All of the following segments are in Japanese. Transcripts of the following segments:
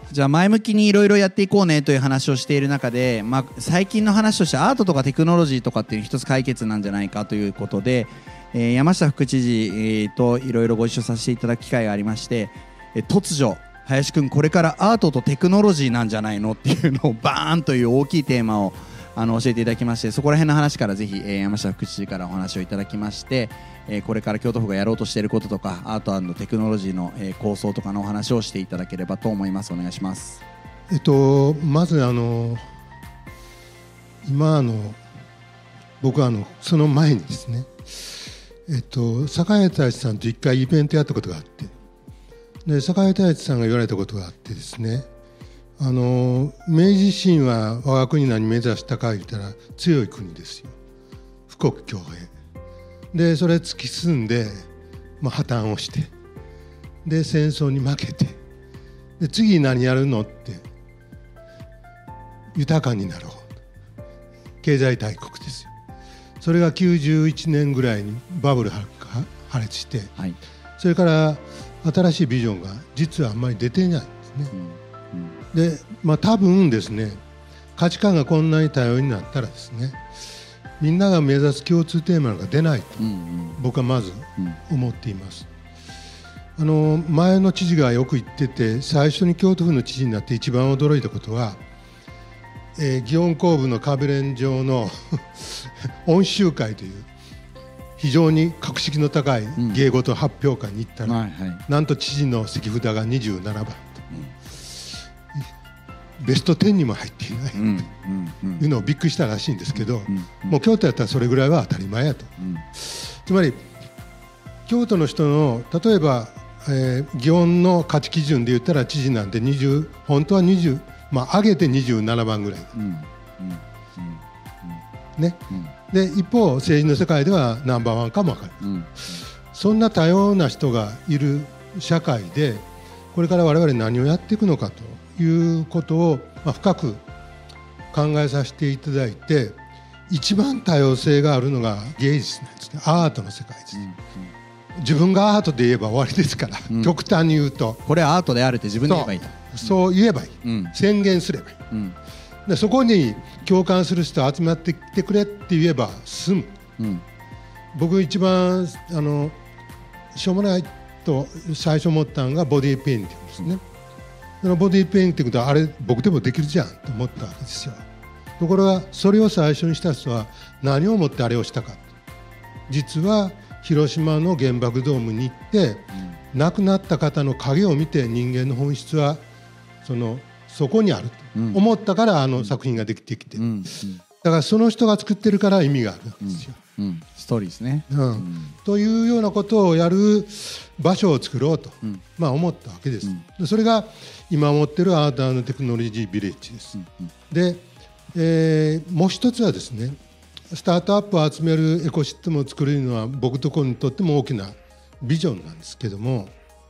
じゃあ前向きにいろいろやっていこうねという話をしている中で、最近の話としてアートとかテクノロジーとかっていう一つ解決なんじゃないかということで、山下副知事、といろいろご一緒させていただく機会がありまして、突如林くんこれからアートとテクノロジーなんじゃないのっていうのをバーンという大きいテーマを教えていただきまして、そこら辺の話からぜひ、山下副知事からお話をいただきまして、これから京都府がやろうとしていることとかアート&テクノロジーの、構想とかのお話をしていただければと思います。お願いします。 まず今僕はその前にですね、坂井太一さんと一回イベントやったことがあって、で坂井太一さんが言われたことがあってですね、明治維新は我が国何目指したか言ったら強い国ですよ、富国強兵で、それ突き進んで、破綻をして、で戦争に負けて、で次何やるのって、豊かになろう、経済大国ですよ。それが91年ぐらいにバブル破裂して、はい、それから新しいビジョンが実はあんまり出ていないんですね。で、多分ですね、価値観がこんなに多様になったらですね、みんなが目指す共通テーマが出ないと僕はまず思っています。前の知事がよく言ってて、最初に京都府の知事になって一番驚いたことは、祇園公部の歌舞練場の音集会という非常に格式の高い芸事発表会に行ったら、なんと知事の席札が27番と、ベスト10にも入っていないというのをびっくりしたらしいんですけど、もう京都やったらそれぐらいは当たり前やと。つまり京都の人の例えば、祇園の価値基準で言ったら知事なんて本当は20、上げて27番ぐらいね。で一方政治の世界ではナンバーワンかも分かる、そんな多様な人がいる社会でこれから我々何をやっていくのかということを、深く考えさせていただいて、一番多様性があるのが芸術なんですね。アートの世界です、自分がアートで言えば終わりですから、極端に言うとこれはアートであるって自分で言えばいいと、 そう言えばいい、宣言すればいい、でそこに共感する人集まってきてくれって言えば済む、僕一番しょうもないと最初思ったのがボディーペインティングですね。そのボディーペインティングとあれ僕でもできるじゃんと思ったわけですよ。ところがそれを最初にした人は何をもってあれをしたか、実は広島の原爆ドームに行って、亡くなった方の影を見て人間の本質はそこにあると思ったから作品ができてきて、だからその人が作ってるから意味があるわけですよ、 ストーリーですね、 というようなことをやる場所を作ろうと、思ったわけです、それが今持ってるアート&テクノロジービレッジです、で、もう一つはですね、スタートアップを集めるエコシステムを作るのは僕とこにとっても大きなビジョンなんですけども、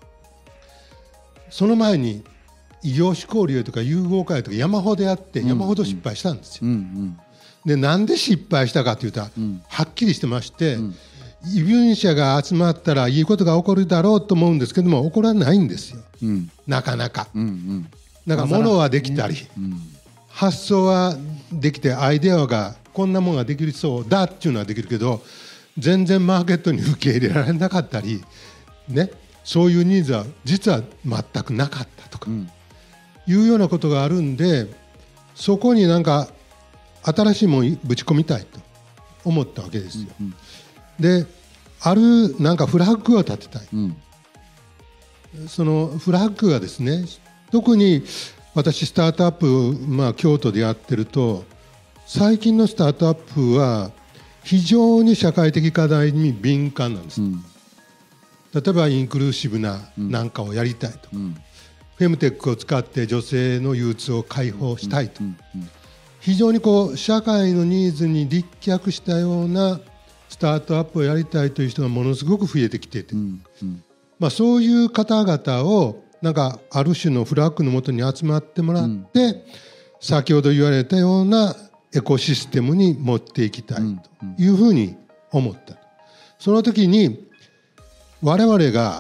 その前に異業種交流とか融合会とか山ほどやって山ほど失敗したんですよ、でなんで失敗したかというと、はっきりしてまして、異分者が集まったらいいことが起こるだろうと思うんですけども、起こらないんですよ、なかなか、だから物はできたり、発想はできて、アイデアがこんなものができそうだっていうのはできるけど、全然マーケットに受け入れられなかったりね、そういうニーズは実は全くなかったとか、いうようなことがあるんで、そこになんか新しいものをぶち込みたいと思ったわけですよ、であるなんかフラッグを立てたい、そのフラッグがですね、特に私スタートアップ、京都でやってると、最近のスタートアップは非常に社会的課題に敏感なんです、例えばインクルーシブななんかをやりたいと、フェムテックを使って女性の憂鬱を解放したいと、非常に社会のニーズに立脚したようなスタートアップをやりたいという人がものすごく増えてきていて、そういう方々をなんかある種のフラッグのもとに集まってもらって、先ほど言われたようなエコシステムに持っていきたいというふうに思った。その時に我々が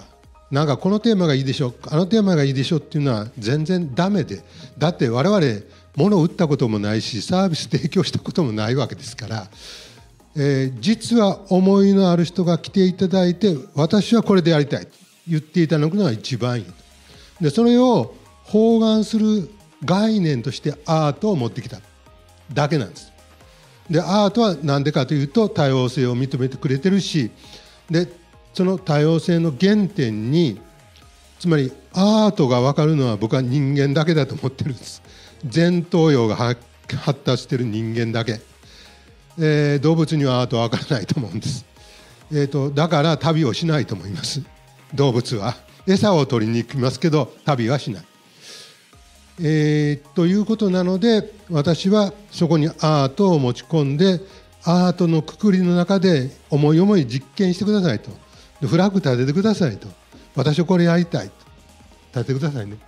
なんかこのテーマがいいでしょ、あのテーマがいいでしょっていうのは全然ダメで、だって我々物を売ったこともないしサービス提供したこともないわけですから、実は思いのある人が来ていただいて、私はこれでやりたいと言っていただくのが一番いいと。でそれを包含する概念としてアートを持ってきただけなんです。でアートは何でかというと多様性を認めてくれてるし、でその多様性の原点に、つまりアートが分かるのは僕は人間だけだと思ってるんです。前頭葉が発達している人間だけ、動物にはアートは分からないと思うんです。だから旅をしないと思います。動物は餌を取りに行きますけど旅はしない、ということなので、私はそこにアートを持ち込んで、アートのくくりの中で思い思い実験してくださいと、でフラッグ立ててくださいと、私はこれやりたいと、立ててくださいね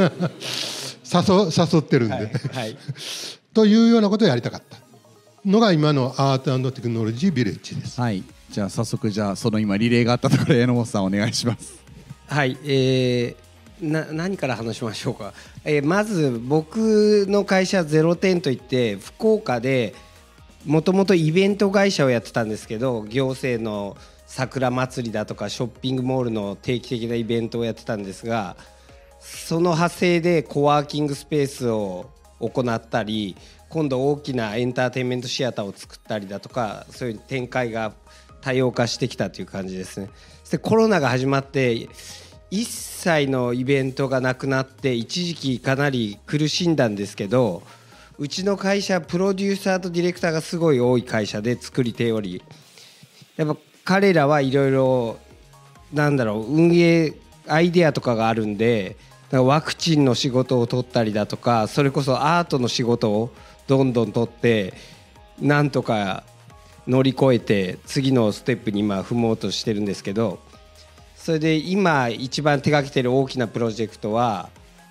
誘ってるんで、はいはい、というようなことをやりたかったのが今のアート&テクノロジービレッジです。 はい、じゃあ早速その今リレーがあったところで榎本さんお願いします。 はい、何から話しましょうか。まず僕の会社0点といって、福岡でもともとイベント会社をやってたんですけど、行政の桜祭りだとかショッピングモールの定期的なイベントをやってたんですが、その派生でコワーキングスペースを行ったり、今度大きなエンターテインメントシアターを作ったりだとか、そういう展開が多様化してきたという感じですね。そしてコロナが始まって一切のイベントがなくなって、一時期かなり苦しんだんですけど、うちの会社プロデューサーとディレクターがすごい多い会社で作り手より、やっぱ彼らはいろいろ運営アイデアとかがあるんで、ワクチンの仕事を取ったりだとか、それこそアートの仕事をどんどん取ってなんとか乗り越えて次のステップに今踏もうとしてるんですけど、それで今一番手掛けてる大きなプロジェクトは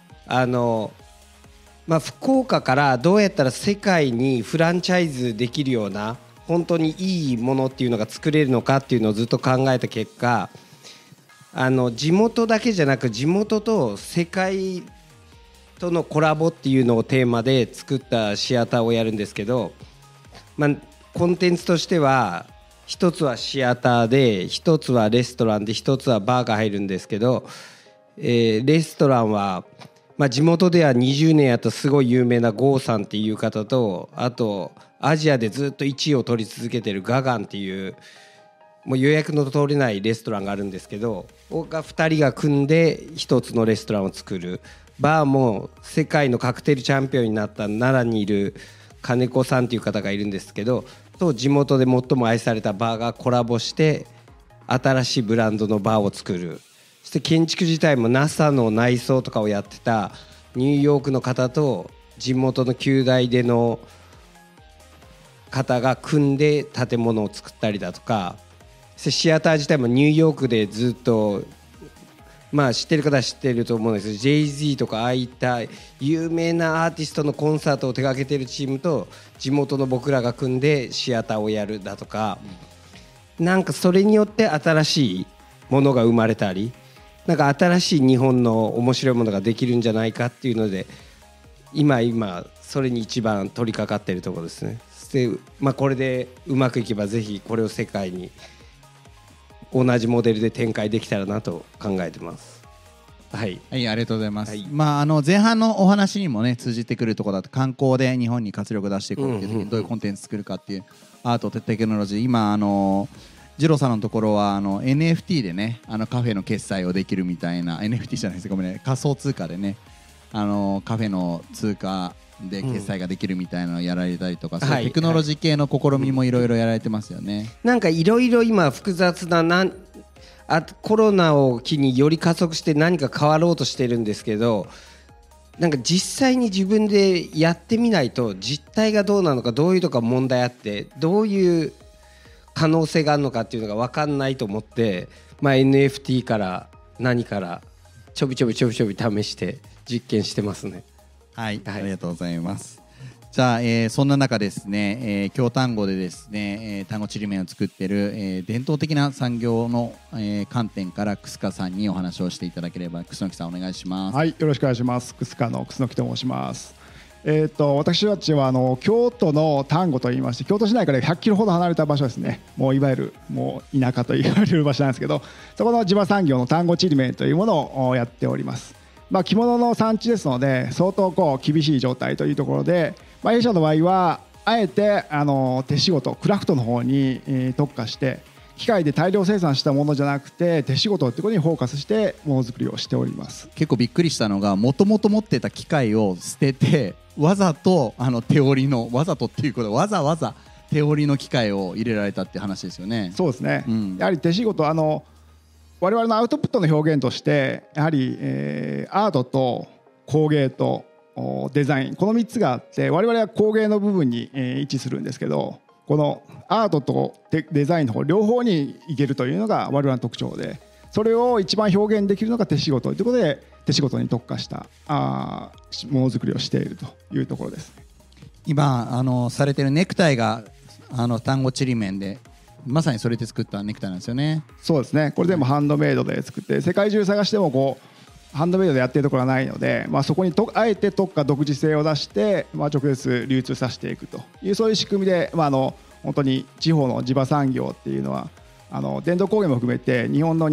福岡からどうやったら世界にフランチャイズできるような本当にいいものっていうのが作れるのかっていうのをずっと考えた結果、地元だけじゃなく地元と世界とのコラボっていうのをテーマで作ったシアターをやるんですけど、コンテンツとしては一つはシアターで、一つはレストランで、一つはバーが入るんですけど、レストランは、地元では20年やったすごい有名なゴーさんっていう方と、あとアジアでずっと1位を取り続けてるガガンっていうもう予約の取れないレストランがあるんですけど、2人が組んで一つのレストランを作る。バーも世界のカクテルチャンピオンになった奈良にいる金子さんっていう方がいるんですけど、と地元で最も愛されたバーがコラボして新しいブランドのバーを作る。そして建築自体も NASA の内装とかをやってたニューヨークの方と地元の旧大での方が組んで建物を作ったりだとか、シアター自体もニューヨークでずっと知ってる方は知ってると思うんですけど、 Jay-Z とかああいった有名なアーティストのコンサートを手掛けてるチームと地元の僕らが組んでシアターをやるだとか、なんかそれによって新しいものが生まれたり、なんか新しい日本の面白いものができるんじゃないかっていうので、今それに一番取り掛かっているところですね。で、これでうまくいけばぜひこれを世界に同じモデルで展開できたらなと考えてます。はい、 はい、ありがとうございます。はい、前半のお話にもね通じてくるところだと、観光で日本に活力出していこうっていう時にどういうコンテンツ作るかっていうアートとテクノロジー、今二郎さんのところはNFT でねカフェの決済をできるみたいな、 NFT じゃないですか、ごめんね、仮想通貨でねカフェの通貨で決済ができるみたいなのをやられたりとか、そういうテクノロジー系の試みもいろいろやられてますよね。 なんかいろいろ今複雑なコロナを機により加速して何か変わろうとしてるんですけど、なんか実際に自分でやってみないと実態がどうなのか、どういうとこ問題あってどういう可能性があるのかっていうのが分かんないと思って、NFT から何からちょびちょび試して実験してますね。 はい、ありがとうございます。 じゃあ、そんな中ですね、京丹後でですね、丹後ちりめんを作っている、伝統的な産業の、観点から楠川さんにお話をしていただければ。楠木さんお願いします。 はい、よろしくお願いします。楠川の楠木と申します。私たちは京都の丹後といいまして、京都市内から100キロほど離れた場所ですね。もういわゆるもう田舎と言われる場所なんですけど、そこの地場産業の丹後ちりめんというものをやっております。着物の産地ですので相当厳しい状態というところで、弊社の場合はあえて手仕事クラフトの方に、特化して機械で大量生産したものじゃなくて手仕事ということにフォーカスしてものづくりをしております。 結構びっくりしたのが、もともと持ってた機械を捨ててわざと手織りのわざとっていうことでわざわざ手織りの機械を入れられたって話ですよね。 そうですね、やはり手仕事我々のアウトプットの表現としてやはり、アートと工芸とデザイン、この3つがあって、我々は工芸の部分に、位置するんですけど、このアートとデザインの方両方にいけるというのが我々の特徴で、それを一番表現できるのが手仕事ということで手仕事に特化したものづくりをしているというところです。 今されているネクタイが丹後ちりめんで、まさにそれで作ったネクタイなんですよね。 そうですね、これでもハンドメイドで作って、世界中探してもハンドメイドでやってるところはないので、そこにあえて特化独自性を出して、直接流通させていくという、そういう仕組みで、本当に地方の地場産業っていうのは伝統工芸も含めて日本の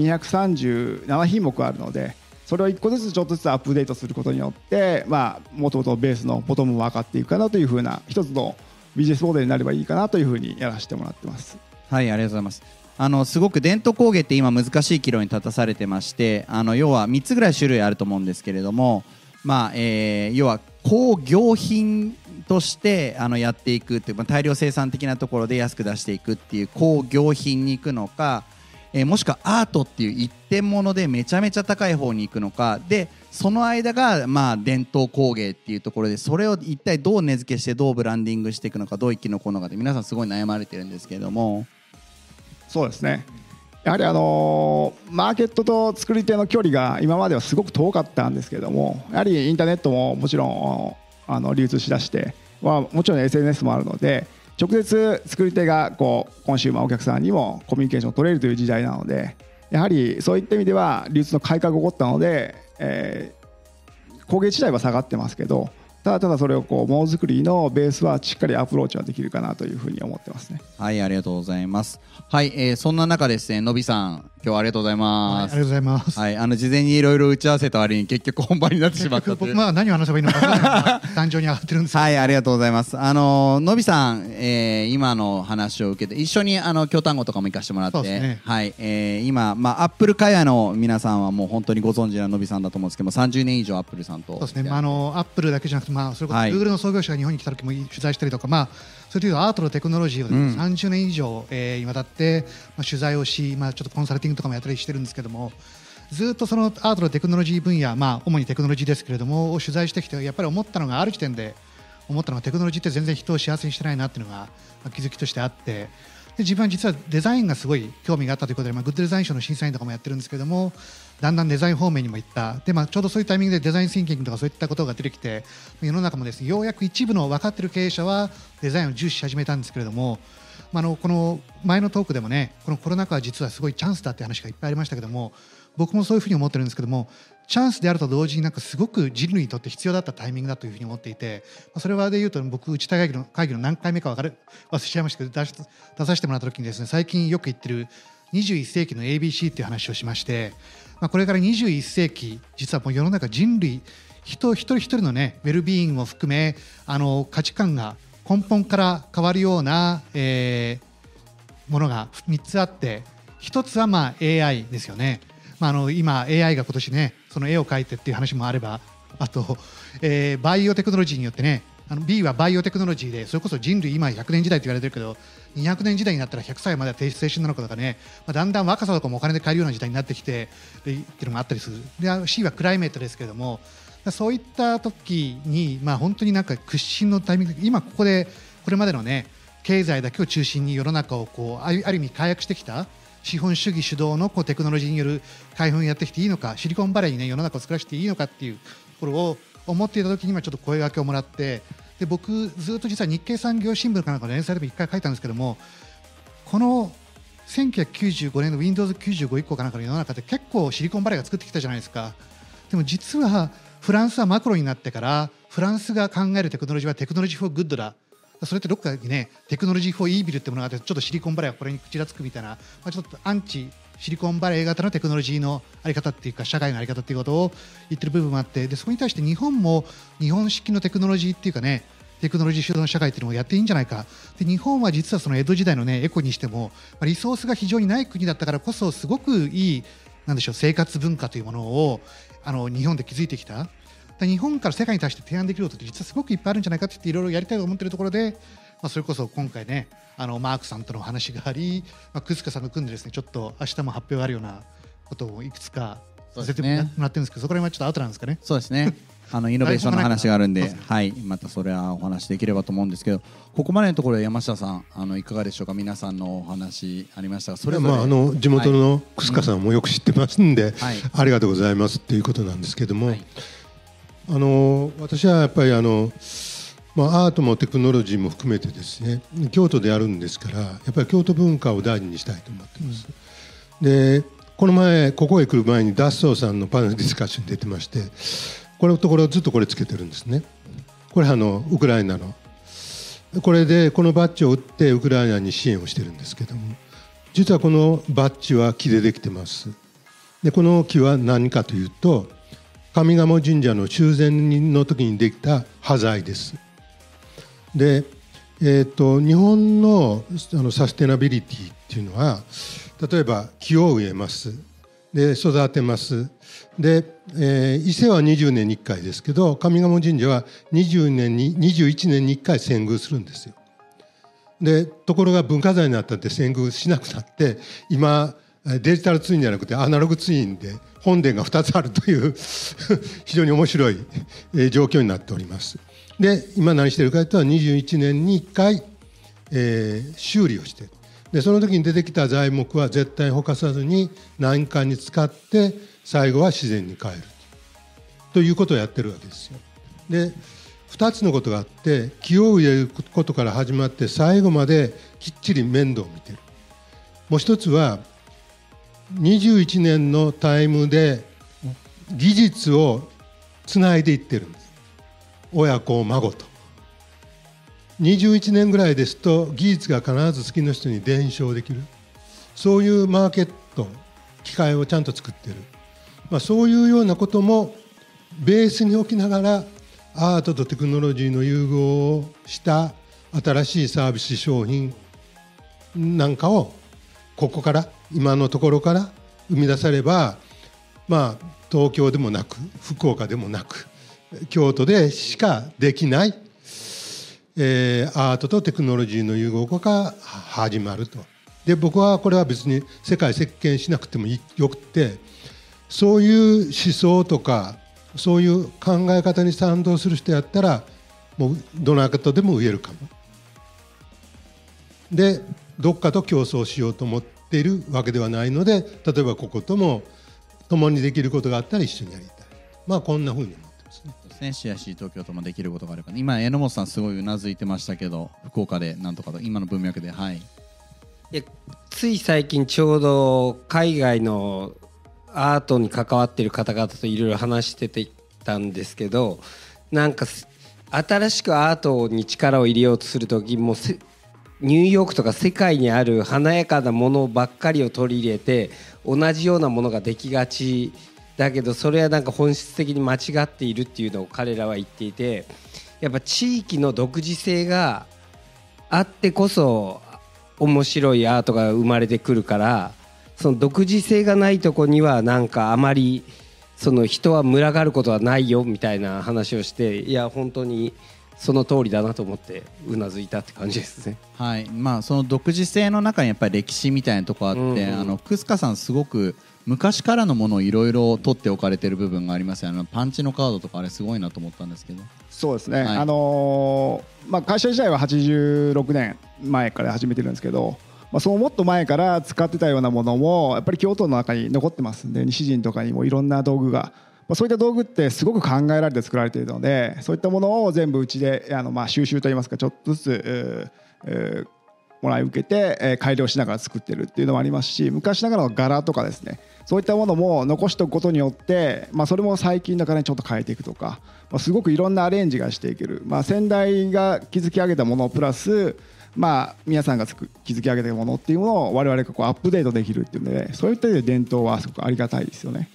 237品目あるので、それを一個ずつちょっとずつアップデートすることによって、元々のベースのボトムも分かっていくかなというふうな一つのビジネスモデルになればいいかなというふうにやらせてもらってます。 はい、ありがとうございます。すごく伝統工芸って今難しい岐路に立たされてまして、要は3つぐらい種類あると思うんですけれども、要は工業品としてやっていくっていう、大量生産的なところで安く出していくっていう工業品に行くのか、もしくはアートっていう一点物でめちゃめちゃ高い方に行くのかで、その間が伝統工芸っていうところで、それを一体どう根付けしてどうブランディングしていくのか、どう生き残るのかで皆さんすごい悩まれてるんですけれども。 そうですね、やはりマーケットと作り手の距離が今まではすごく遠かったんですけれども、やはりインターネットももちろん流通しだしてもちろん SNS もあるので、直接作り手がコンシューマーお客さんにもコミュニケーションを取れるという時代なので、やはりそういった意味では流通の改革が起こったので、工芸自体は下がってますけど、ただそれをものづくりのベースはしっかりアプローチはできるかなというふうに思ってますね。 はい、ありがとうございます。はい、そんな中ですね、のびさん今日はありがとうございます。 はい、ありがとうございます。 はい、事前にいろいろ打ち合わせた割に結局本番になってしまったという。 僕何を話せばいいのか分からない壇上に上がってるんですけど。 はい、ありがとうございます。のびさん、今の話を受けて一緒に京丹後とかも行かせてもらって、ね、はい、今アップル会話の皆さんはもう本当にご存知なのびさんだと思うんですけども、30年以上アップルさんと。 そうですね、アップルだけじゃなくて、それこそ Google の創業者が日本に来た時も取材したりとか、それというアートのテクノロジーを、30年以上、にわたって、取材をし、ちょっとコンサルティングとかもやったりしてるんですけども、ずっとそのアートのテクノロジー分野、主にテクノロジーですけれどもを取材してきて、やっぱり思ったのが、ある時点で思ったのが、テクノロジーって全然人を幸せにしてないなっていうのが、気づきとしてあって、で自分は実はデザインがすごい興味があったということで、グッドデザイン賞の審査員とかもやってるんですけども、だんだんデザイン方面にも行った。で、ちょうどそういうタイミングでデザインシンキングとかそういったことが出てきて、世の中もですね、ようやく一部の分かっている経営者はデザインを重視し始めたんですけれども、この前のトークでもね、このコロナ禍は実はすごいチャンスだって話がいっぱいありましたけども、僕もそういうふうに思ってるんですけども、チャンスであると同時にすごく人類にとって必要だったタイミングだというふうに思っていて、それはでいうと僕内田会議の何回目か忘れちゃいましたけど、出させてもらった時にですね、最近よく言ってる21世紀の ABC っていう話をしまして、これから21世紀実はもう世の中人類人一人一人のねウェルビーイングを含め価値観が根本から変わるような、ものが3つあって、1つはAI ですよね。今 AI が今年ねその絵を描いてっていう話もあれば、あと、バイオテクノロジーによってね、B はバイオテクノロジーで、それこそ人類今100年時代と言われてるけど200年時代になったら100歳までは青春なのかとかね、だんだん若さとかもお金で買えるような時代になってきてっていうのがあったりする。で C はクライメートですけれども、そういった時に本当に屈伸のタイミング、今ここでこれまでのね経済だけを中心に世の中をある意味解約してきた資本主義主導のテクノロジーによる開放をやってきていいのか、シリコンバレーにね世の中を作らせていいのかっていうところを思っていた時にちょっと声掛けをもらって、 で僕ずっと実は日経産業新聞かなんかの連載でも1回書いたんですけども、この1995年の Windows95 以降かなんかの世の中で結構シリコンバレーが作ってきたじゃないですか。でも実はフランスはマクロになってからフランスが考えるテクノロジーはテクノロジーフォーグッドだ、それってどっかにねテクノロジーフォーイービルってものがあって、ちょっとシリコンバレーはこれに口がつくみたいな、ちょっとアンチシリコンバレー型のテクノロジーのあり方っていうか社会のあり方っていうことを言ってる部分もあって、でそこに対して日本も日本式のテクノロジーっていうかね、テクノロジー主導の社会っていうのをやっていいんじゃないか。で日本は実はその江戸時代のねエコにしてもリソースが非常にない国だったからこそすごくいいなんでしょう生活文化というものを日本で築いてきた。で日本から世界に対して提案できることって実はすごくいっぱいあるんじゃないかって言っていろいろやりたいと思っているところで、それこそ今回ねマークさんとの話があり、クスカさんが組んでですねちょっと明日も発表があるようなことをいくつかさせてもらってるんですけど、そこら辺はちょっと後なんですかね。 そうですねイノベーションの話があるんで、はい、またそれはお話できればと思うんですけど、ここまでのところで山下さんいかがでしょうか。皆さんのお話ありましたが、それぞれ地元のクスカさんもよく知ってますんで、 はい、 ありがとうございますっていうことなんですけども、はい、私はやっぱりアートもテクノロジーも含めてですね京都でやるんですから、やっぱり京都文化を大事にしたいと思っています。でこの前ここへ来る前にダッソーさんのパネルディスカッションに出てまして、これのところずっとこれつけてるんですね。これウクライナのこれでこのバッジを売ってウクライナに支援をしてるんですけども、実はこのバッジは木でできてます。でこの木は何かというと上賀茂神社の修繕の時にできた端材です。で、日本のサステナビリティっていうのは、例えば木を植えます、で育てます、で、伊勢は20年に1回ですけど上賀茂神社は21年に1回遷宮するんですよ。でところが文化財になったって遷宮しなくなって、今デジタルツインじゃなくてアナログツインで本殿が2つあるという非常に面白い状況になっております。で今何してるかというと21年に1回、修理をして、でその時に出てきた材木は絶対ほかさずに何かに使って最後は自然に帰るということをやってるわけですよ。で2つのことがあって、木を植えることから始まって最後まできっちり面倒を見てる。もう一つは21年のタイムで技術をつないでいってるんです。親子孫と21年ぐらいですと技術が必ず次の人に伝承できる、そういうマーケット機会をちゃんと作ってる、そういうようなこともベースに置きながらアートとテクノロジーの融合をした新しいサービス商品なんかをここから今のところから生み出されば、東京でもなく福岡でもなく京都でしかできない、アートとテクノロジーの融合が始まると。で僕はこれは別に世界席巻しなくてもよくて、そういう思想とかそういう考え方に賛同する人やったらもうどなたとでも言えるかも。でどっかと競争しようと思っているわけではないので、例えばこことも共にできることがあったら一緒にやりたい、こんなふうに思ってますね。 シアシー東京ともできることがあれば、今榎本さんすごいうなずいてましたけど、福岡でなんとかと今の文脈で、はい、 つい最近ちょうど海外のアートに関わっている方々といろいろ話してたんですけど、なんか新しくアートに力を入れようとするときもニューヨークとか世界にある華やかなものばっかりを取り入れて同じようなものができがちだけど、それはなんか本質的に間違っているっていうのを彼らは言っていて、やっぱ地域の独自性があってこそ面白いアートが生まれてくるから、その独自性がないとこにはなんかあまりその人は群がることはないよみたいな話をして、いや本当にその通りだなと思ってうなずいたって感じですね。 はい、その独自性の中にやっぱり歴史みたいなところあって、クスカさんすごく昔からのものをいろいろ取っておかれてる部分がありますよ。パンチのカードとかあれすごいなと思ったんですけど。 そうですね、 はい、 会社自体は86年前から始めてるんですけど、そのもっと前から使ってたようなものもやっぱり京都の中に残ってますんで、西陣とかにもいろんな道具がそういった道具ってすごく考えられて作られているので、そういったものを全部うちで収集といいますか、ちょっとずつもらい受けて改良しながら作ってるっていうのもありますし、昔ながらの柄とかですね、そういったものも残しておくことによって、それも最近の柄にちょっと変えていくとか、すごくいろんなアレンジがしていける、先代が築き上げたものプラス皆さんが築き上げたものっていうものを我々がアップデートできるっていうので、そういった意味で伝統はすごくありがたいですよね。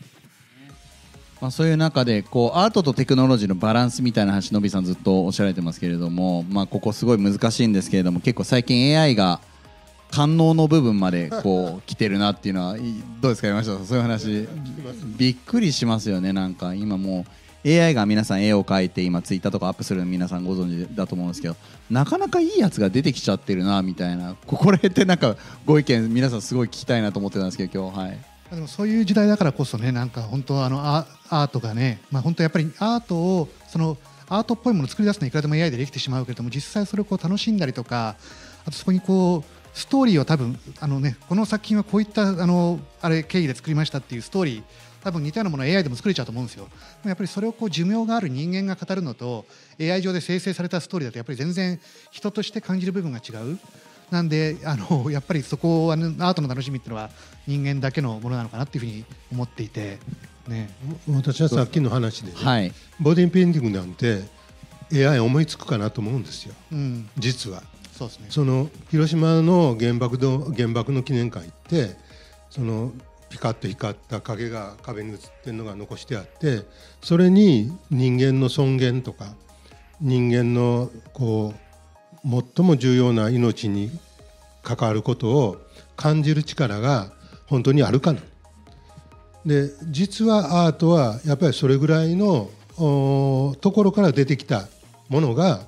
そういう中でアートとテクノロジーのバランスみたいな話、のびさんずっとおっしゃられてますけれども、ここすごい難しいんですけれども、結構最近 AI が官能の部分まで来てるなっていうのはどうですか、山下さん、そういう話びっくりしますよね。なんか今もう AI が皆さん絵を描いて今ツイッターとかアップするの皆さんご存知だと思うんですけど、なかなかいいやつが出てきちゃってるなみたいな、これってなんかご意見皆さんすごい聞きたいなと思ってたんですけど、今日でもそういう時代だからこそね、なんか本当アートがね、本当やっぱりアートをアートっぽいものを作り出すのはいくらでも AI でできてしまうけれども、実際それを楽しんだりとか、あとそこにストーリーを多分この作品はこういった経緯で作りましたっていうストーリー、多分似たようなものを AI でも作れちゃうと思うんですよ。やっぱりそれを寿命がある人間が語るのと AI 上で生成されたストーリーだとやっぱり全然人として感じる部分が違う。なんでやっぱりそこはアートの楽しみっていうのは人間だけのものなのかなっていうふうに思っていて、ね、 私はさっきの話で、ね、ボディペインティングなんて AI 思いつくかなと思うんですよ、実は。 そうですね、 その広島の原爆の記念館行って、そのピカッと光った影が壁に映ってるのが残してあって、それに人間の尊厳とか人間の最も重要な命に関わることを感じる力が本当にあるかな。で、実はアートはやっぱりそれぐらいのところから出てきたものが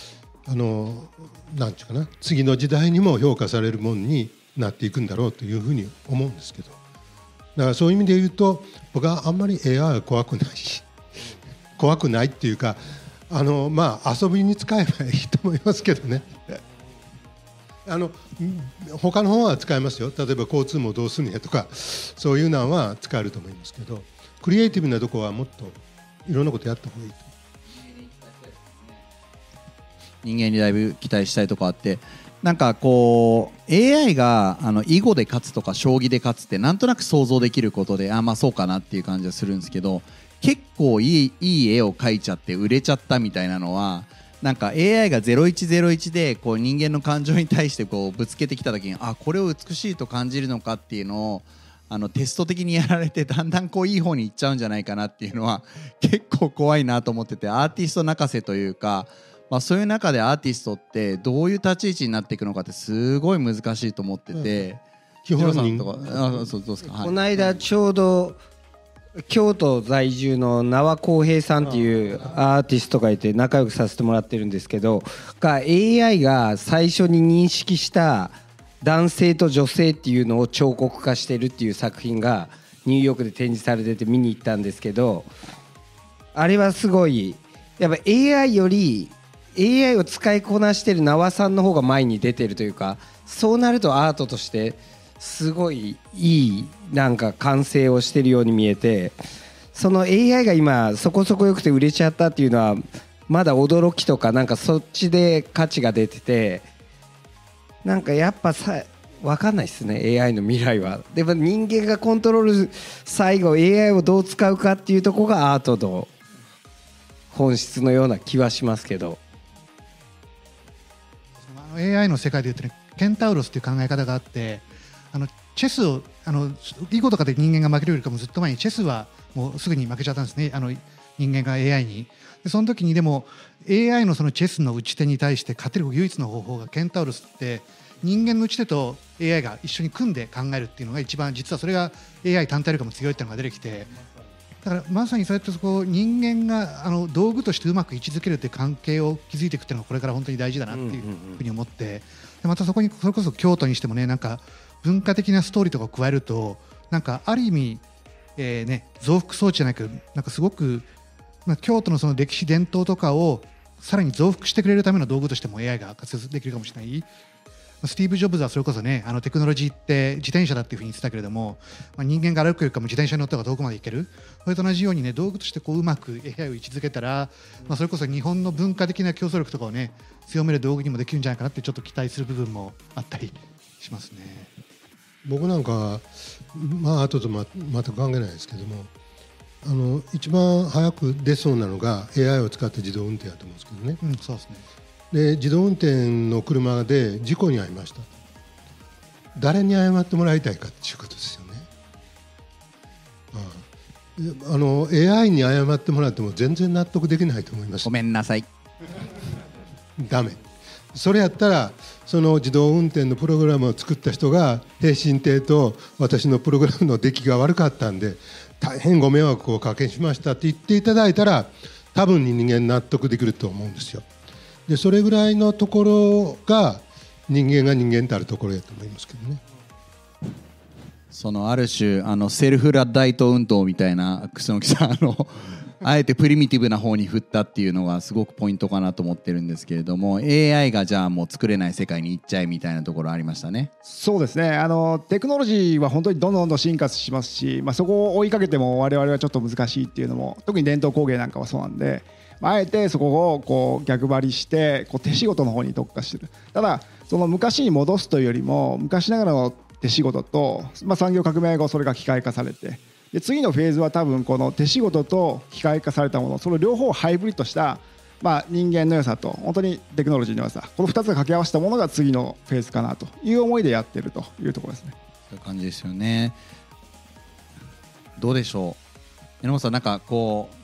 なんていうかな、次の時代にも評価されるものになっていくんだろうというふうに思うんですけど、だからそういう意味で言うと僕はあんまり AI は怖くないし怖くないっていうか、遊びに使えばいいと思いますけどね他の方は使えますよ。例えば交通もどうすんねやとか、そういうのは使えると思いますけど、クリエイティブなところはもっといろんなことやった方がいいと。 人間にだいぶ期待したいところあって、なんかAI が囲碁で勝つとか将棋で勝つってなんとなく想像できることで、そうかなっていう感じはするんですけど、結構いい絵を描いちゃって売れちゃったみたいなのは、なんか AI が0101で人間の感情に対してぶつけてきた時に、これを美しいと感じるのかっていうのをテスト的にやられて、だんだんいい方にいっちゃうんじゃないかなっていうのは結構怖いなと思ってて、アーティスト泣かせというか、そういう中でアーティストってどういう立ち位置になっていくのかってすごい難しいと思ってて、 基本人とかそうですか、 この間ちょうど京都在住の縄浩平さんっていうアーティストがいて仲良くさせてもらってるんですけど、AI が最初に認識した男性と女性っていうのを彫刻化してるっていう作品がニューヨークで展示されてて見に行ったんですけど、あれはすごいやっぱ AI より AI を使いこなしてる縄さんの方が前に出てるというか、そうなるとアートとしてすごいいいなんか完成をしてるように見えて、その AI が今そこそこ良くて売れちゃったっていうのはまだ驚きとか、なんかそっちで価値が出てて、なんかやっぱ分かんないですね AI の未来は。でも人間がコントロール最後 AI をどう使うかっていうところがアートの本質のような気はしますけど、 AI の世界でいうとね、ケンタウロスっていう考え方があって、チェスを囲碁とかで人間が負けるよりかもずっと前にチェスはもうすぐに負けちゃったんですね、人間が AI に。でその時にでも AI のそのチェスの打ち手に対して勝てる唯一の方法がケンタウロスって、人間の打ち手と AI が一緒に組んで考えるっていうのが一番、実はそれが AI 単体よりかも強いっていうのが出てきて、だからまさにそうやって人間が道具としてうまく位置づけるという関係を築いていくっていうのがこれから本当に大事だなっていうふうに思って、でまたそこにそれこそ京都にしてもね、なんか文化的なストーリーとかを加えると、なんかある意味、増幅装置じゃないけど、なんかすごく、京都のその歴史伝統とかをさらに増幅してくれるための道具としても AI が活用できるかもしれない。 スティーブ・ジョブズはそれこそねテクノロジーって自転車だっていうふうに言ってたけれども、人間が歩くよりかも自転車に乗った方が遠くまで行ける、それと同じようにね道具としてこううまく AI を位置づけたら、それこそ日本の文化的な競争力とかをね強める道具にもできるんじゃないかなってちょっと期待する部分もあったりしますね。 僕なんか後と全く関係ないですけども、一番早く出そうなのが AI を使った自動運転だと思うんですけどね、 そうですね。 で自動運転の車で事故に遭いました。誰に謝ってもらいたいかっていうことですよね。AI に謝ってもらっても全然納得できないと思います。 ごめんなさい。 ダメ。それやったらその自動運転のプログラムを作った人が平身低と私のプログラムの出来が悪かったんで大変ご迷惑をおかけしましたって言っていただいたら多分に人間納得できると思うんですよ。でそれぐらいのところが人間が人間であるところやと思いますけどね。 そのある種セルフラッダイト運動みたいな楠木さんあえてプリミティブな方に振ったっていうのがすごくポイントかなと思ってるんですけれども、 AI がじゃあもう作れない世界に行っちゃえみたいなところありましたね。 そうですね、テクノロジーは本当にどんどん進化しますし、そこを追いかけても我々はちょっと難しいっていうのも、特に伝統工芸なんかはそうなんで、あえてそこをこう逆張りして手仕事の方に特化してる。ただその昔に戻すというよりも、昔ながらの手仕事と、産業革命後それが機械化されて、で次のフェーズは多分この手仕事と機械化されたもの、その両方をハイブリッドした、人間の良さと本当にテクノロジーの良さ、この2つが掛け合わせたものが次のフェーズかなという思いでやってるというところですね。 そういう感じですよね。どうでしょう、榎本さん、なんかこう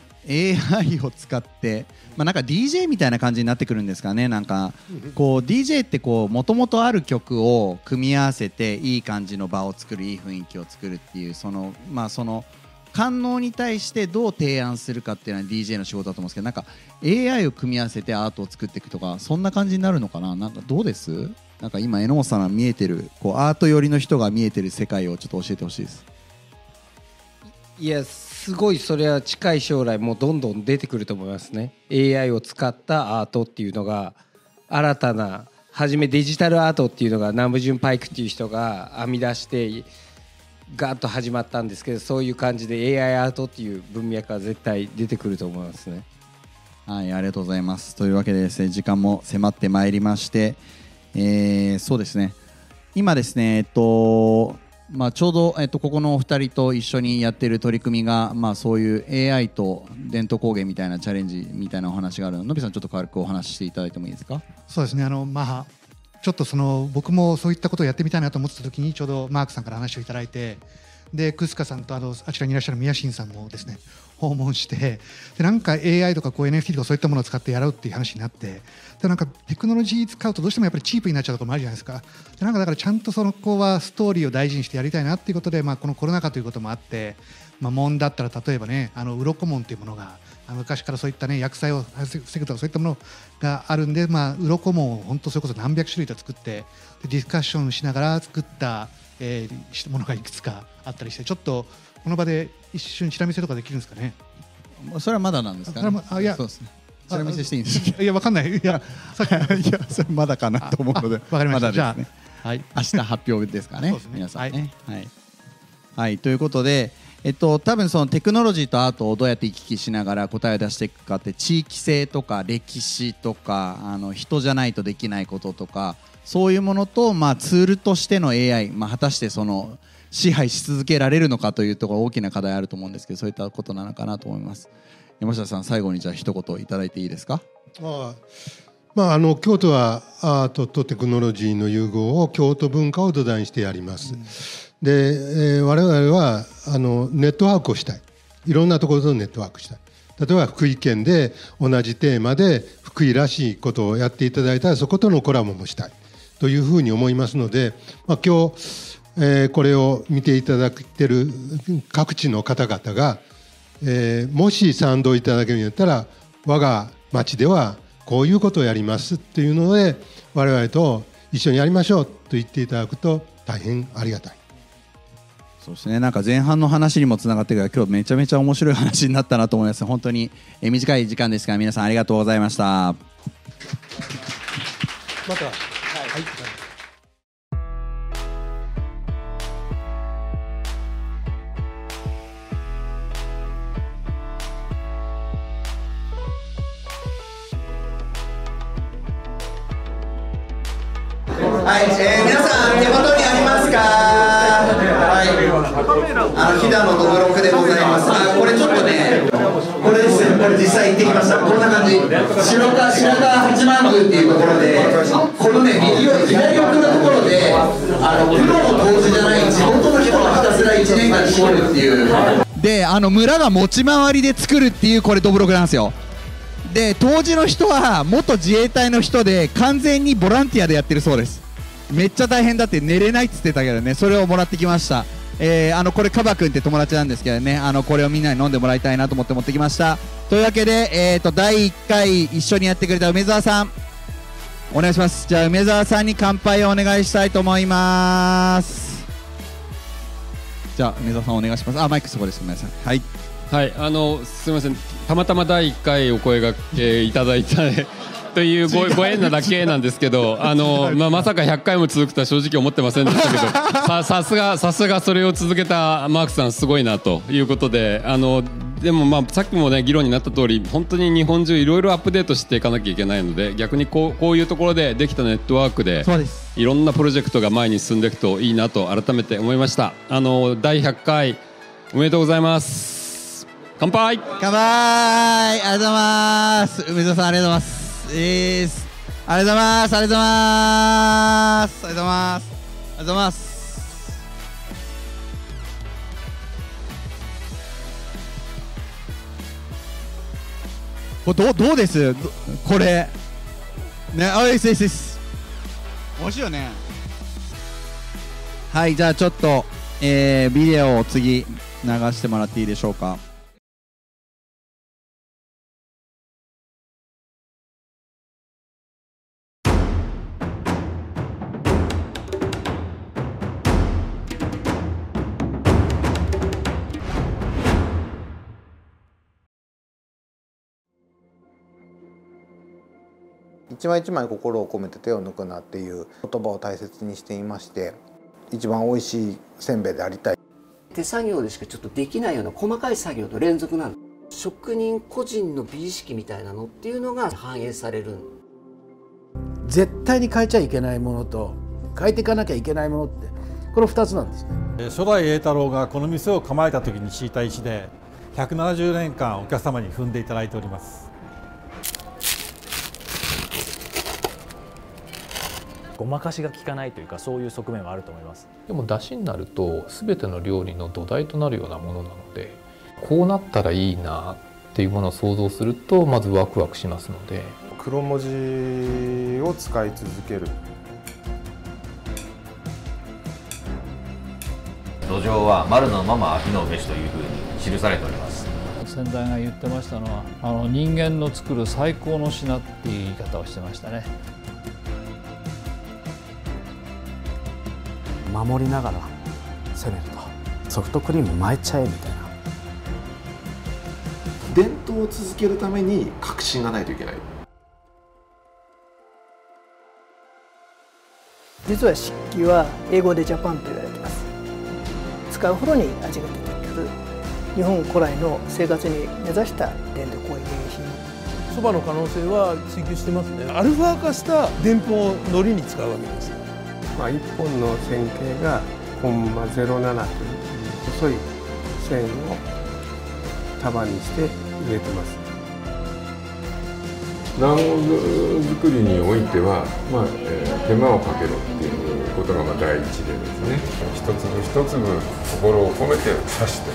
AI を使って、なんか DJ みたいな感じになってくるんですかね。なんかこう DJ ってもともとある曲を組み合わせていい感じの場を作る、いい雰囲気を作るっていう、その官能に対してどう提案するかっていうのは DJ の仕事だと思うんですけど、なんか AI を組み合わせてアートを作っていくとか、そんな感じになるのかな。なんかどうです？なんか今榎本さんが見えてるアート寄りの人が見えてる世界をちょっと教えてほしいです。 いや、すごいそれは近い将来もうどんどん出てくると思いますね。 AI を使ったアートっていうのが新たな、はじめデジタルアートっていうのが南部淳パイクっていう人が編み出してガーッと始まったんですけど、そういう感じで AI アートっていう文脈は絶対出てくると思いますね。 はい、ありがとうございます。というわけでですね、時間も迫ってまいりまして、そうですね、今ですね、ちょうど、ここのお二人と一緒にやっている取り組みが、そういう AI と伝統工芸みたいなチャレンジみたいなお話があるので、のびさんちょっと軽くお話ししていただいてもいいですか。 そうですね、ちょっと僕もそういったことをやってみたいなと思ってた時にちょうどマークさんから話をいただいて、でクスカさんとあちらにいらっしゃる宮新さんもですね訪問して、でなんか AI とかNFT とかそういったものを使ってやろうっていう話になって、でなんかテクノロジー使うとどうしてもやっぱりチープになっちゃうところもあるじゃないですか。でなんかだからちゃんとその子はストーリーを大事にしてやりたいなっていうことで、このコロナ禍ということもあって、門だったら例えばね鱗門というものが昔からそういったね薬剤を防ぐとかそういったものがあるんで、鱗門を本当それこそ何百種類と作ってでディスカッションしながら作ったものがいくつかあったりして、ちょっとこの場で一瞬チラ見せとかできるんですかね。 それはまだなんですかね。 いや、 そうですね、チラ見せしていいんですか。 いやわかんない、いやそれまだかなと思うので、 わかりました。 だですね、 じゃあ、はい、 明日発表ですかね。 そうですね、 皆さんね、はいということで、多分そのテクノロジーとアートをどうやって行き来しながら答えを出していくかって、地域性とか歴史とか人じゃないとできないこととか、そういうものと、ツールとしての AI、果たしてその支配し続けられるのかというところ大きな課題あると思うんですけど、そういったことなのかなと思います。山下さん、最後にじゃあ一言いただいていいですか。 京都はアートとテクノロジーの融合を京都文化を土台にしてやります。で、我々はネットワークをしたい、いろんなところとネットワークしたい。例えば福井県で同じテーマで福井らしいことをやっていただいたら、そことのコラボもしたいというふうに思いますので、今日、これを見ていただいている各地の方々が、もし賛同いただけるんだったら、我が町ではこういうことをやりますっていうので、我々と一緒にやりましょうと言っていただくと大変ありがたい。 そうですね、なんか前半の話にもつながってから今日めちゃめちゃ面白い話になったなと思います。本当に短い時間ですが皆さんありがとうございました。 また、はいはい、皆さん手元にありますか。はい、飛騨のどぶろくでございます。これちょっとね、これですよ。これ実際行ってきました。こんな感じ。白川八幡宮っていうところで、このね、左奥のところで、プロの杜氏じゃない地元の人がひたすら1年間絞るっていう。で、村が持ち回りで作るっていうこれどぶろくなんですよ。で、当時の人は元自衛隊の人で完全にボランティアでやってるそうです。めっちゃ大変だって寝れないっつってたけどね、それをもらってきました。これカバ君って友達なんですけどね、これをみんなに飲んでもらいたいなと思って持ってきました。というわけで、第1回一緒にやってくれた梅澤さんお願いします。じゃあ梅澤さんに乾杯をお願いしたいと思います。じゃあ梅澤さんお願いします。マイクそこです。ごめんなさい。はいはい、すみません、たまたま第1回お声がけいただいたというご縁なだけなんですけど、まさか100回も続くとは正直思ってませんでしたけどさすがそれを続けたマークさんすごいなということで、でもさっきもね議論になった通り、本当に日本中いろいろアップデートしていかなきゃいけないので、逆にこういうところでできたネットワークでいろんなプロジェクトが前に進んでいくといいなと改めて思いました。第100回おめでとうございます。乾杯。 乾杯。ありがとうございます。梅澤さんありがとうございます。ありがとうございます。ありがとうございます。ありがとうございます。ありがとうございます。これどうですこれね。いいです。美味しいよね。はい、じゃあちょっと、ビデオを次流してもらっていいでしょうか。 一枚一枚心を込めて手を抜くなっていう言葉を大切にしていまして、一番美味しいせんべいでありたい。 手作業でしかちょっとできないような細かい作業の連続なの。職人個人の美意識みたいなのっていうのが反映される。 絶対に変えちゃいけないものと変えていかなきゃいけないものって、この2つなんですね。 初代栄太郎がこの店を構えた時に敷いた石で、170年間お客様に踏んでいただいております。 ごまかしが効かないというか、そういう側面はあると思います。 でも出汁になると全ての料理の土台となるようなものなので、こうなったらいいなっていうものを想像するとまずワクワクしますので。 黒文字を使い続ける。 土壌は丸のまま秋の飯というふうに記されております。 先代が言ってましたのは、人間の作る最高の品っていう言い方をしてましたね。 守りながら攻めると、ソフトクリーム巻いちゃえみたいな。 伝統を続けるために革新がないといけない。 実は漆器は英語でジャパンと言われています。使うほどに味が出てくる日本古来の生活に根ざした伝統工芸品。 そばの可能性は追求してますね。アルファ化したでんぷんを海苔に使うわけです。 一本の線形がコンマ07という細い線を束にして入れてます。 団子作りにおいては、手間をかけろっていうことが第一でですね、一粒一粒心を込めて刺して。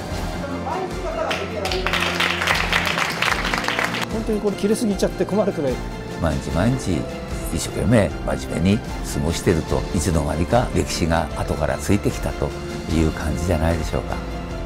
本当にこれ切れすぎちゃって困るくらい。 毎日毎日一生懸命真面目に過ごしていると、いつの間にか歴史が後からついてきたという感じじゃないでしょうか。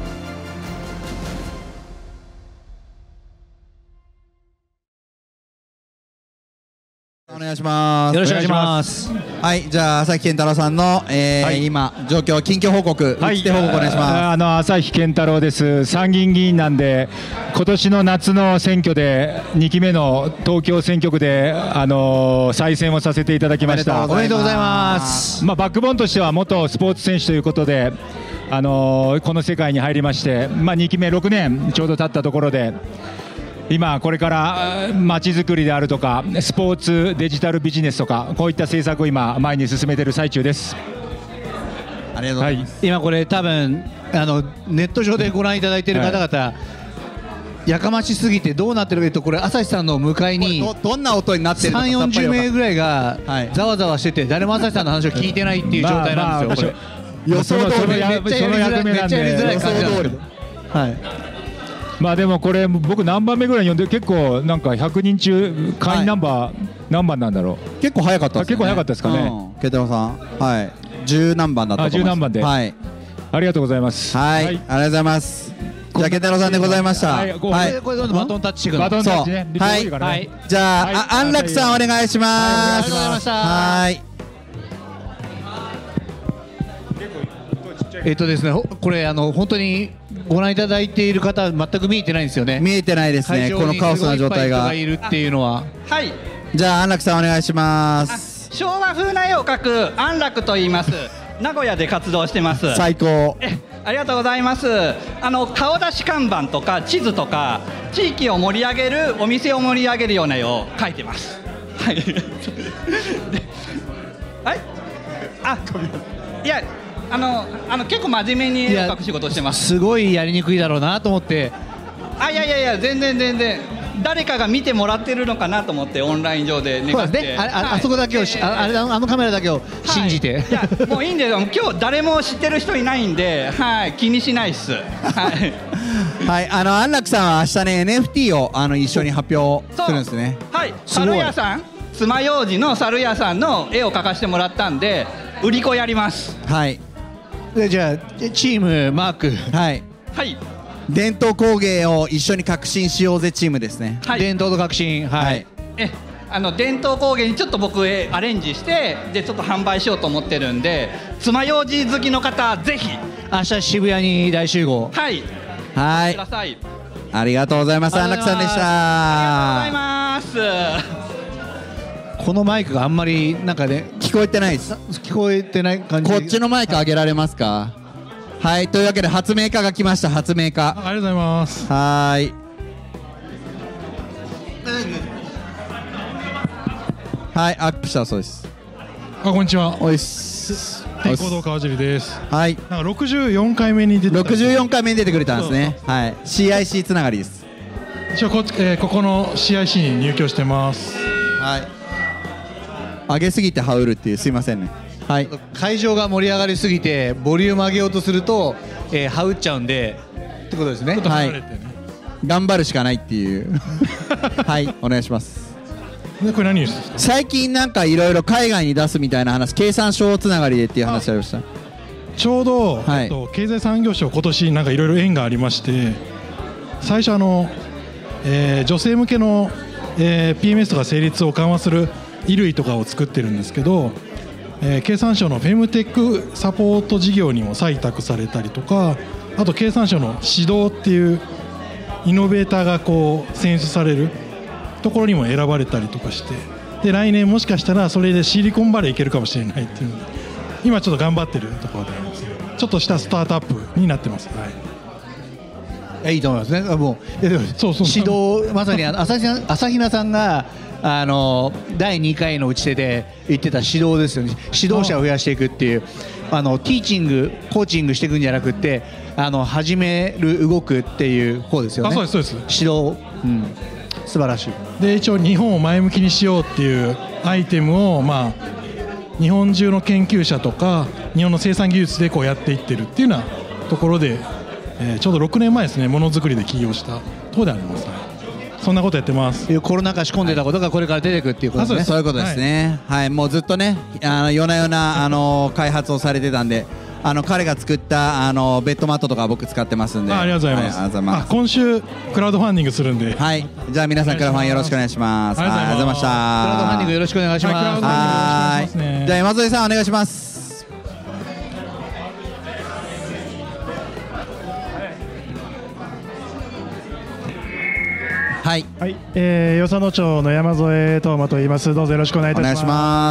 お願いします。 よろしくお願いします。 はい、じゃあ朝日健太郎さんの、今状況近況報告、打ち手報告お願いします。 朝日健太郎です。参議院議員なんで、今年の夏の選挙で2期目の東京選挙区で再選をさせていただきました。 おめでとうございます。 バックボーンとしては元スポーツ選手ということで、この世界に入りまして、2期目6年ちょうど経ったところで。 今これからまちづくりであるとかスポーツデジタルビジネスとかこういった政策を今前に進めている最中です。 ありがとうございます。 今これ多分ネット上でご覧いただいている方々、やかましすぎてどうなってるかというと、これ朝日さんの向かいにどんな音になってるのか 3、40名ぐらいがざわざわしてて、誰も朝日さんの話を聞いてないっていう状態なんですよ。これ予想通りめっちゃやりづらい感じなんですよ。はい。 まあでもこれ僕何番目ぐらいに呼んで、結構なんか100人中会員ナンバー何番なんだろう。 結構早かったですね。 結構早かったですかね。 ケタロウさん、はい、10何番だったと思います。 10何番で、 はい、 ありがとうございます。 はい、ありがとうございます。じゃあケタロウさんでございました。はい、 これどんどんバトンタッチしてくる。 バトンタッチね。 はい、じゃあ安楽さんお願いします。 ありがとうございました。 はい。 ですね、これ本当にご覧いただいている方は全く見えてないんですよね。 見えてないですね。このカオスな状態が。 会場にすごいいっぱい人がいるっていうのは。 はい。 じゃあ安楽さんお願いします。 昭和風な絵を描く安楽と言います。名古屋で活動してます。 最高。 ありがとうございます。顔出し看板とか地図とか地域を盛り上げる、お店を盛り上げるような絵を描いてます。はい。はい。いや。結構真面目に絵を描く仕事をしてます。 すごいやりにくいだろうなと思って。 いや全然誰かが見てもらってるのかなと思ってオンライン上で願って。 あそこだけをあのカメラだけを信じて。 いやもういいんで、今日誰も知ってる人いないんで、はい、気にしないっす。はい。 はい、安楽さんは明日ね NFT を一緒に発表するんですね。 はい。猿屋さん、爪楊枝の猿屋さんの絵を描かせてもらったんで売り子やります。 はい。 じゃあチームマーク、 はいはい、 伝統工芸を一緒に革新しようぜチームですね。 はい、 伝統と革新、はい、 伝統工芸にちょっと僕アレンジしてでちょっと販売しようと思ってるんで、爪楊枝好きの方ぜひ明日渋谷に大集合。 はいはい、 ください。 ありがとうございます。安楽さんでした。 ありがとうございます。 このマイクがあんまりなんかね聞こえてないです。 聞こえてない感じ。 こっちのマイク上げられますか。はい、というわけで発明家が来ました。発明家、 ありがとうございます。 はい、はい、アップしたそうです。 こんにちは。 おいっす。 天候堂川尻です。 はい。 なんか64回目に出て 64回目に出てくれたんですね。はい。CIC つながりです。 一応ここの CIC に入居してます。 はい。上げすぎて羽織るっていう、すいませんね。はい。 会場が盛り上がりすぎてボリューム上げようとすると羽織っちゃうんでってことですね。 はい。 頑張るしかないっていうはい、お願いします。 これ何ですか。 最近なんかいろいろ海外に出すみたいな話、経産省つながりでっていう話ありました。 ちょうど、経済産業省今年なんかいろいろ縁がありまして、最初女性向けの、PMS とか成立を緩和する衣類とかを作ってるんですけど、経産省のフェムテックサポート事業にも採択されたりとか、あと経産省の指導っていうイノベーターがこう選出されるところにも選ばれたりとかして、で来年もしかしたらそれでシリコンバレー行けるかもしれないっていうので今ちょっと頑張ってるところであります。ちょっとしたスタートアップになってます。はい、 いいと思いますね。もう指導、まさに朝比奈さんが第2回の打ち手で言ってた指導ですよね。指導者を増やしていくっていう、ティーチングコーチングしていくんじゃなくて始める動くっていう方ですよね。 そうです。 指導、素晴らしい。 で一応日本を前向きにしようっていうアイテムを、日本中の研究者とか日本の生産技術でこうやっていってるっていうようなところで、ちょうど6年前ですね、ものづくりで起業したところであります。そんなことやってます。 コロナ禍仕込んでたことがこれから出てくるっていうことですね。 そういうことですね。はい、もうずっとね、夜な夜な開発をされてたんで、彼が作ったベッドマットとか僕使ってますんで。 ありがとうございます。今週クラウドファンディングするんで。 はい。じゃあ皆さんクラウドファンよろしくお願いします。ありがとうございました。 クラウドファンディングよろしくお願いします。 はい。じゃあ山添さんお願いします。はい、 与謝野町の山添斗真と言います。どうぞよろしくお願いいたします。 お願いします。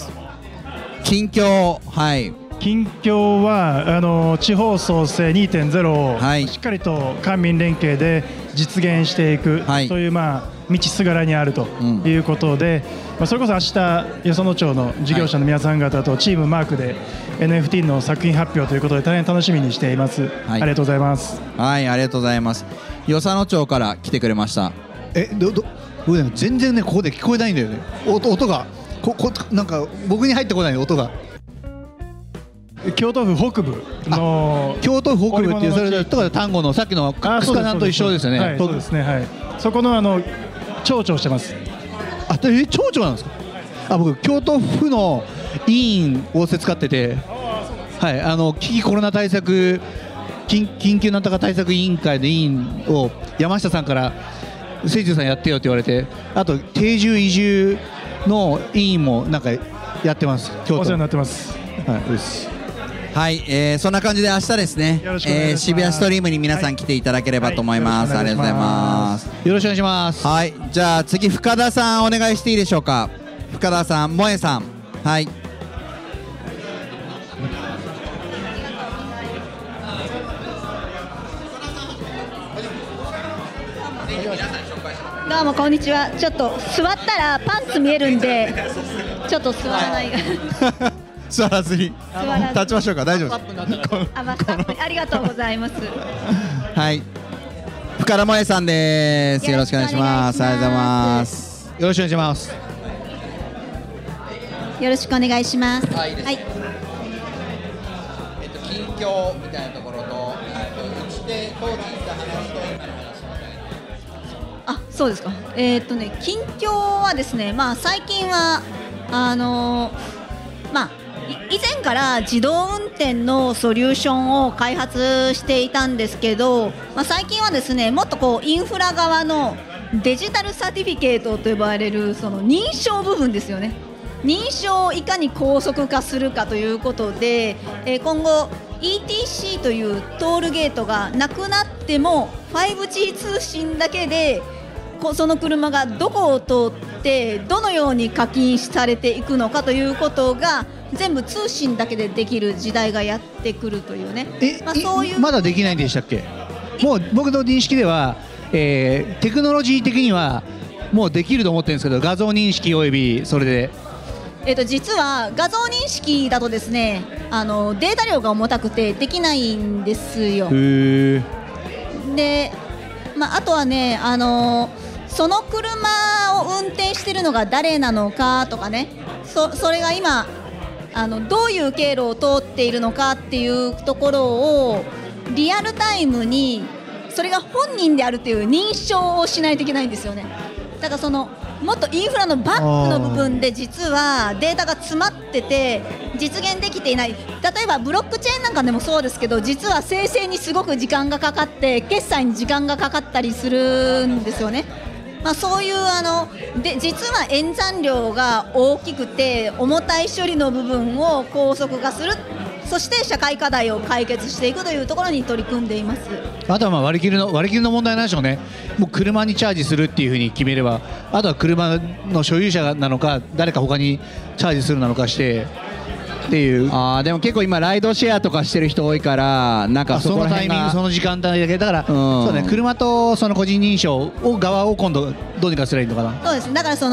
近況、はい。 近況は地方創生 2.0 をしっかりと官民連携で実現していく、そういう道すがらにあるということで、それこそ明日よその町の事業者の皆さん方とチームマークで NFT の作品発表ということで大変楽しみにしています、ありがとうございます。 はい、ありがとうございます。与謝野町から来てくれました。 僕ね全然ねここで聞こえないんだよね。音がなんか僕に入ってこない音が。 京都府北部の京都府北部っていうそれとか丹後のさっきの楠川さんと一緒ですよね。 はい、そうですね。はい。そこの町長してます。 町長なんですか。僕京都府の委員を使ってて、はい、危機コロナ対策緊急なんとか対策委員会の委員を山下さんから清中さんやってよって言われて、あと定住移住の委員もなんかやってます。京都お世話になってます。 はい、です。 はい、そんな感じで明日ですね、渋谷ストリームに皆さん来ていただければと思います。ありがとうございます。 よろしくお願いします。 はい、じゃあ次深田さんお願いしていいでしょうか。深田さん、萌えさん、はい。 どうもこんにちは。ちょっと座ったらパンツ見えるんでちょっと座らない座らずに立ちましょうか。大丈夫です。 ありがとうございます。 はい、深田萌さんです。よろしくお願いします。ありがとうございます。 よろしくお願いします。 よろしくお願いします。 はい。近況みたいなところと、うちで当時行った話と今の話。 そうですか。近況はですね、最近は以前から自動運転のソリューションを開発していたんですけど、最近はですね、もっとインフラ側のデジタルサーティフィケートと呼ばれるその認証部分ですよね。認証をいかに高速化するかということで、今後 ETC というトールゲートがなくなっても 5G 通信だけでその車がどこを通ってどのように課金されていくのかということが全部通信だけでできる時代がやってくるというね。そういうまだできないんでしたっけ。もう僕の認識では、テクノロジー的にはもうできると思ってるんですけど、画像認識およびそれで実は画像認識だとですね、データ量が重たくてできないんですよ。で、あとはね、その車を運転しているのが誰なのかとかね、それが今どういう経路を通っているのかっていうところをリアルタイムにそれが本人であるっていう認証をしないといけないんですよね。だからもっとインフラのバックの部分で実はデータが詰まってて実現できていない。例えばブロックチェーンなんかでもそうですけど、実は生成にすごく時間がかかって決済に時間がかかったりするんですよね。そういうで実は演算量が大きくて重たい処理の部分を高速化する、そして社会課題を解決していくというところに取り組んでいます。 あとは割り切りの問題なんでしょうね。もう車にチャージするっていうふうに決めれば、あとは車の所有者なのか誰か他にチャージするなのかしてっていう。 でも結構今ライドシェアとかしてる人多いから、なんかそのタイミングその時間帯だけだから、そうね、車とその個人認証側を今度どうにかすればいいのかな。 そうです。だから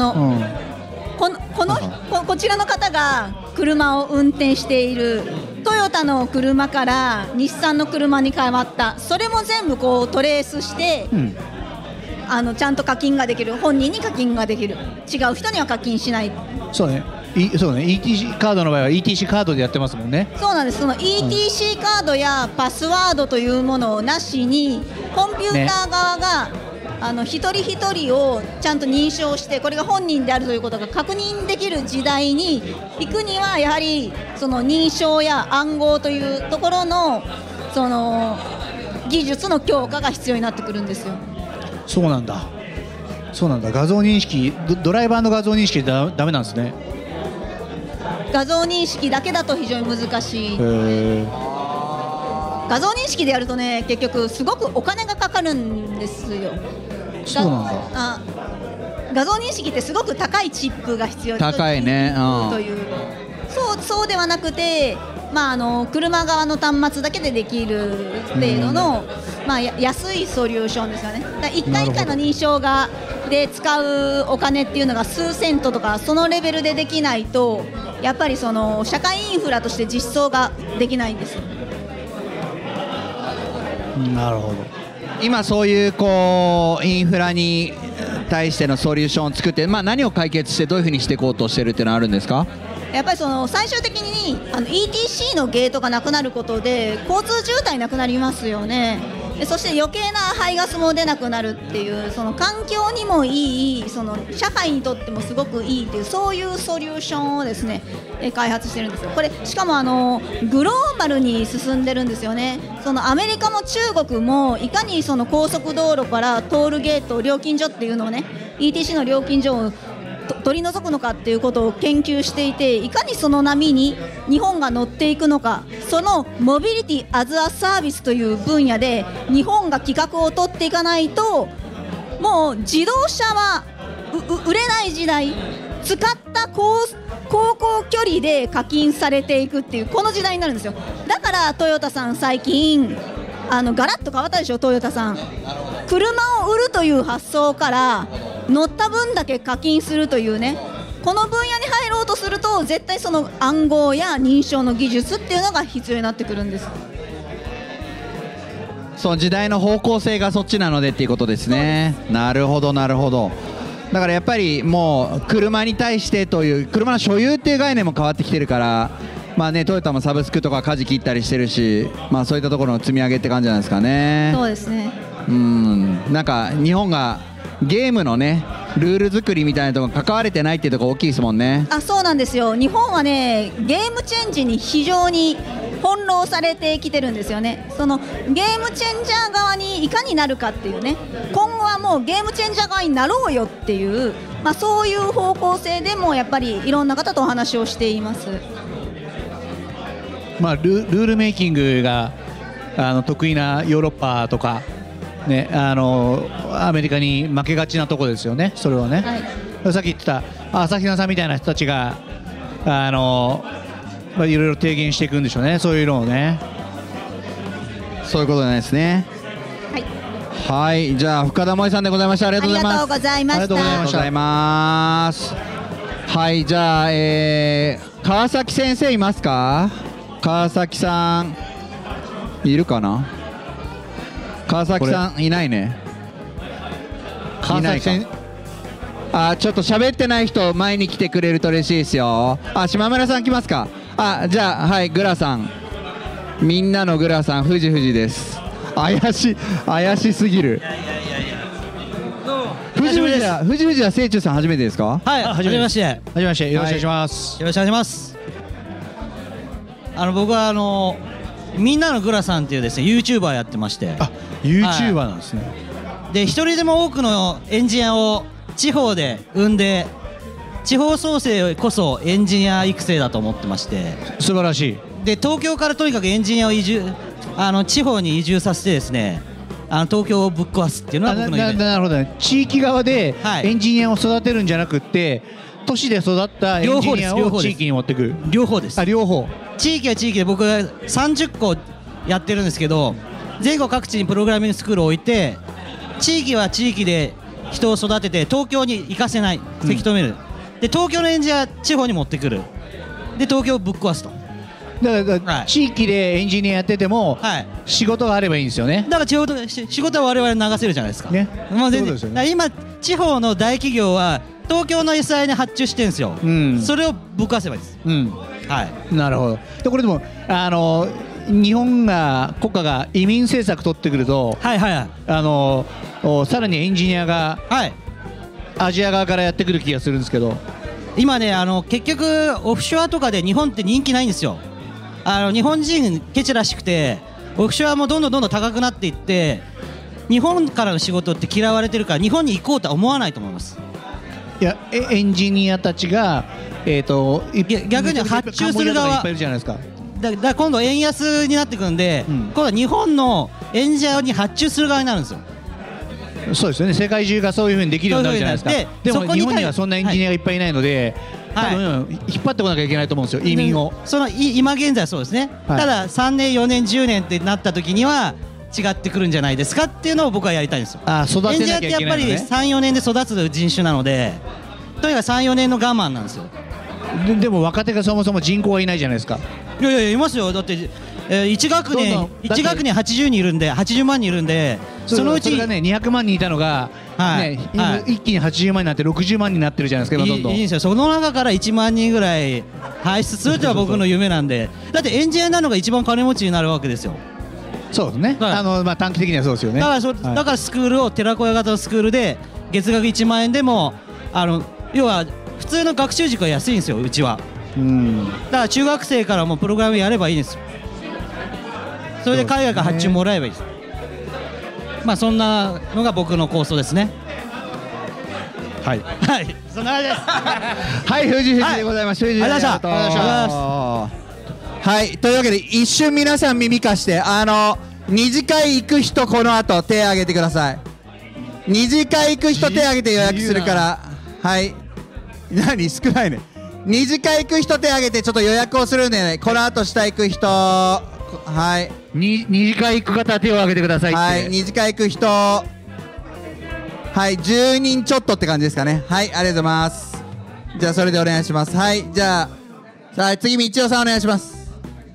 こちらの方が車を運転しているトヨタの車から日産の車に変わった、それも全部トレースして、ちゃんと課金ができる、本人に課金ができる、違う人には課金しない。 そうね。ETC カードの場合は ETC カードでやってますもんね。 そうなんです。その ETC カードやパスワードというものをなしにコンピューター側が、一人一人をちゃんと認証してこれが本人であるということが確認できる時代に行くには、やはりその認証や暗号というところのその技術の強化が必要になってくるんですよ。 そうなんだ。画像認識、ドライバーの画像認識ダメなんですね。 画像認識だけだと非常に難しい。画像認識でやるとね、結局すごくお金がかかるんですよ。 そうなんだ。 画像認識ってすごく高いチップが必要高いね、 という、そうではなくて、 車側の端末だけでできる程度の、安いソリューションですよね。だから1回1回の認証で使うお金っていうのが数セントとかそのレベルでできないと、やっぱりその社会インフラとして実装ができないんです。 なるほど。 今そういうインフラに対してのソリューションを作って、何を解決してどういうふうにしていこうとしてるっていうのはあるんですか？ やっぱりその最終的にETC のゲートがなくなることで交通渋滞なくなりますよね。でそして余計な排ガスも出なくなるっていう、その環境にもいい、その社会にとってもすごくいいっていう、そういうソリューションをですね開発してるんですよ。これしかもグローバルに進んでるんですよね。そのアメリカも中国もいかにその高速道路からトールゲート料金所っていうのをね ETC の料金所を取り除くのかっていうことを研究していて、いかにその波に日本が乗っていくのか、そのモビリティアズアサービスという分野で日本が企画を取っていかないと、もう自動車は売れない時代、使った航行距離で課金されていくっていうこの時代になるんですよ。だからトヨタさん最近ガラッと変わったでしょ。トヨタさん車を売るという発想から乗った分だけ課金するというね、この分野に入ろうとすると絶対その暗号や認証の技術っていうのが必要になってくるんです。 その時代の方向性がそっちなのでっていうことですね。なるほどなるほど。だからやっぱりもう車に対してという車の所有っていう概念も変わってきてるから、トヨタもサブスクとか舵切ったりしてるし、そういったところの積み上げって感じじゃないですかね。 そうですね。 なんか日本がゲームのねルール作りみたいなところに関われてないっていうところ大きいですもんね。 そうなんですよ。日本はねゲームチェンジに非常に翻弄されてきてるんですよね。そのゲームチェンジャー側にいかになるかっていうね、今後はもうゲームチェンジャー側になろうよっていう、そういう方向性でもやっぱりいろんな方とお話をしています。 ルールメイキングが得意なヨーロッパとかね、アメリカに負けがちなところですよね。それはね、さっき言ってた朝比奈さんみたいな人たちがいろいろ提言していくんでしょうね。そういうのをね。 そういうことなんですね。はい、じゃあ深田萌さんでございました。ありがとうございます。 ありがとうございました。 ありがとうございます。はい、じゃあ、川崎先生いますか？川崎さんいるかな？川崎さんいないね。川崎先生、ちょっと喋ってない人前に来てくれると嬉しいですよ。島村さん来ますか？じゃあはい、グラさん、みんなのグラさん、富士です。怪しすぎる。富士は清中さん初めてですか？ はい、初めまして。 よろしくお願いします。 よろしくお願いします。僕はみんなのグラさんっていうですね YouTuber やってまして。 YouTuber なんですね。 で一人でも多くのエンジニアを地方で生んで、地方創生こそエンジニア育成だと思ってまして。 素晴らしい。 で東京からとにかくエンジニアを地方に移住させてですね、東京をぶっ壊すっていうのは僕の夢。 なるほどね。地域側でエンジニアを育てるんじゃなくって、都市で育ったエンジニアを地域に持ってくる。 両方です。 両方。 地域は地域で僕30個やってるんですけど、全国各地にプログラミングスクールを置いて、地域は地域で人を育てて東京に行かせない、せき止める。で東京のエンジニア地方に持ってくる。で東京をぶっ壊すと。 だから地域でエンジニアやってても仕事があればいいんですよね。 だから仕事は我々流せるじゃないですか。ね。もう全然。今地方の大企業は東京の SI に発注してるんですよ。それをぶっ壊せばいいです。はい。 なるほど。でこれでも日本が国家が移民政策取ってくると、さらにエンジニアがアジア側からやってくる気がするんですけど、 今ね結局オフショアとかで日本って人気ないんですよ。日本人ケチらしくて、オフショアもどんどん高くなっていって、日本からの仕事って嫌われてるから日本に行こうとは思わないと思います。 いやエンジニアたちが逆に発注する側いっぱいいるじゃないですか。 だ今度円安になってくるんで、今度は日本のエンジニアに発注する側になるんですよ。 そうですよね。世界中がそういう風にできるようになるじゃないですか。でも日本にはそんなエンジニアがいっぱいいないので、 多分引っ張ってこなきゃいけないと思うんですよ、移民を。 今現在そうですね、 はい、 ただ3年4年10年ってなった時には違ってくるんじゃないですかっていうのを僕はやりたいんですよ。 育てなきゃいけないのね。 エンジニアってやっぱり3、4年で育つ人種なので、とにかく3、4年の我慢なんですよ。 でも若手がそもそも人口がいないじゃないですか。 いやいますよ。だって1学年80人いるんで、80万人いるんで、そのうちそれがね200万人いたのが、一気に80万になって60万人になってるじゃないですか。今どんどんいいんですよ。その中から1万人ぐらい輩出するとは僕の夢なんで、だってエンジニアなのが一番金持ちになるわけですよ。 そうですね、短期的にはそうですよね。 だからスクールを寺子屋型のスクールで月額1万円でも要は普通の学習塾は安いんですよ、うちは。だから中学生からもプログラムやればいいんですよ。それで海外から発注もらえばいいです。まあそんなのが僕の構想ですね。 はいはいそんな感じです。 はい藤井でございます。 ありがとうございました。 はい、というわけで一瞬皆さん耳貸して二次会行く人この後手挙げてください。二次会行く人手挙げて予約するから。はい、何少ないね。二次会行く人手挙げてちょっと予約をするんでね、この後下行く人、はい、 二次会行く方は手を挙げてくださいって。 はい、二次会行く人、はい、10人ちょっとって感じですかね。はい、ありがとうございます。じゃあそれでお願いします。はい、じゃあさあ次道夫さんお願いします。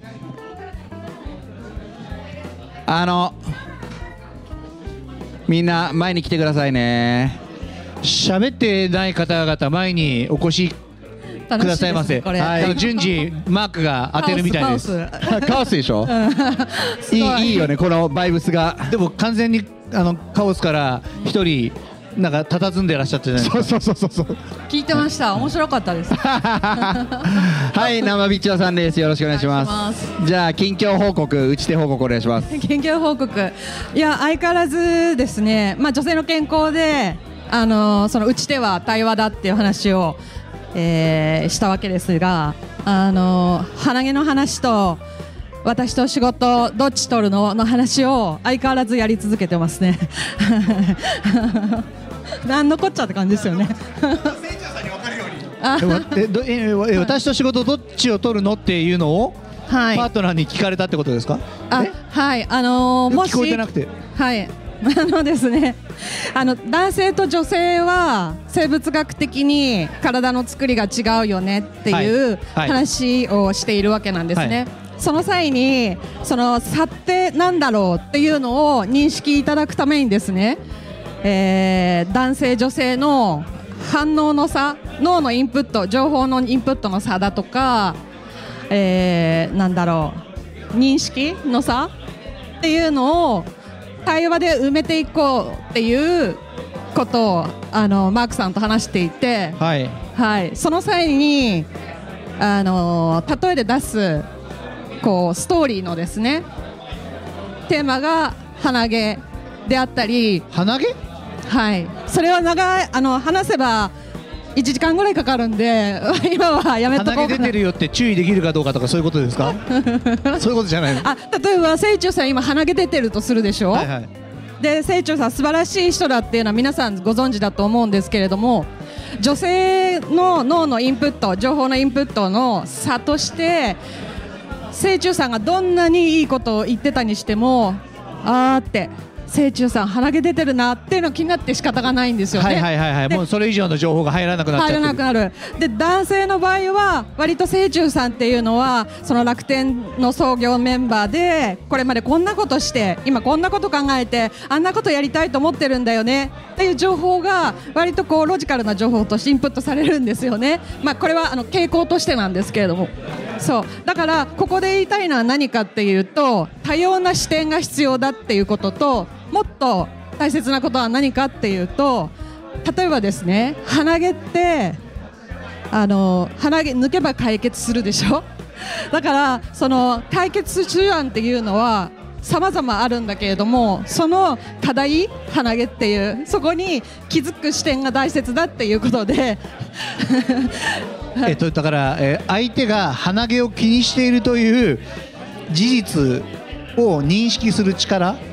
みんな前に来てくださいね。 喋ってない方々前にお越しくださいませ。順次マークが当てるみたいです。 カオスでしょ。いいよねこのバイブスが。 でも完全にカオスから一人なんか佇んでらっしゃったじゃないですか。 そう聞いてました。面白かったです。 はい、生ビチオさんです。よろしくお願いします。じゃあ近況報告、打ち手報告お願いします。 近況報告、いや相変わらずですね、まあ女性の健康でその打ち手は対話だっていう話を、したわけですが、鼻毛の話と私と仕事どっち取るのの話を相変わらずやり続けてますね。なんのこっちゃって感じですよね。 私と仕事どっちを取るのっていうのを、はい、パートナーに聞かれたってことですか？ はい、もし聞こえてなくて、 はいですね、男性と女性は生物学的に体の作りが違うよねっていう話をしているわけなんですね。その際にその差ってなんだろうっていうのを認識いただくためにですね、男性女性の反応の差、脳のインプット、情報のインプットの差だとか、なんだろう、認識の差っていうのを対話で埋めていこうっていうことをマークさんと話していて、はいはい、その際に例えで出すこうストーリーのですねテーマが鼻毛であったり。 鼻毛？ はい、それは話せば1時間ぐらいかかるんで今はやめとこうかな。 鼻毛出てるよって注意できるかどうかとかそういうことですか？そういうことじゃないの？ 例えば清張さん今鼻毛出てるとするでしょ、はいはい、で清張さん素晴らしい人だっていうのは皆さんご存知だと思うんですけれども、女性の脳のインプット、情報のインプットの差として清張さんがどんなにいいことを言ってたにしてもって清張さん鼻毛出てるなっていうの気になって仕方がないんですよね。 はいはいはいはい、もうそれ以上の情報が入らなくなっちゃってる。 入らなくなる。で男性の場合は割と清張さんっていうのはその楽天の創業メンバーでこれまでこんなことして今こんなこと考えてあんなことやりたいと思ってるんだよねっていう情報が割とこうロジカルな情報としてインプットされるんですよね。まあこれは傾向としてなんですけれども、そうだからここで言いたいのは何かっていうと、多様な視点が必要だっていうことと、もっと大切なことは何かっていうと、例えばですね、鼻毛って鼻毛抜けば解決するでしょ。だからその解決手段っていうのは様々あるんだけれども、その課題、鼻毛っていうそこに気づく視点が大切だっていうことでだから、相手が鼻毛を気にしているという事実を認識する力、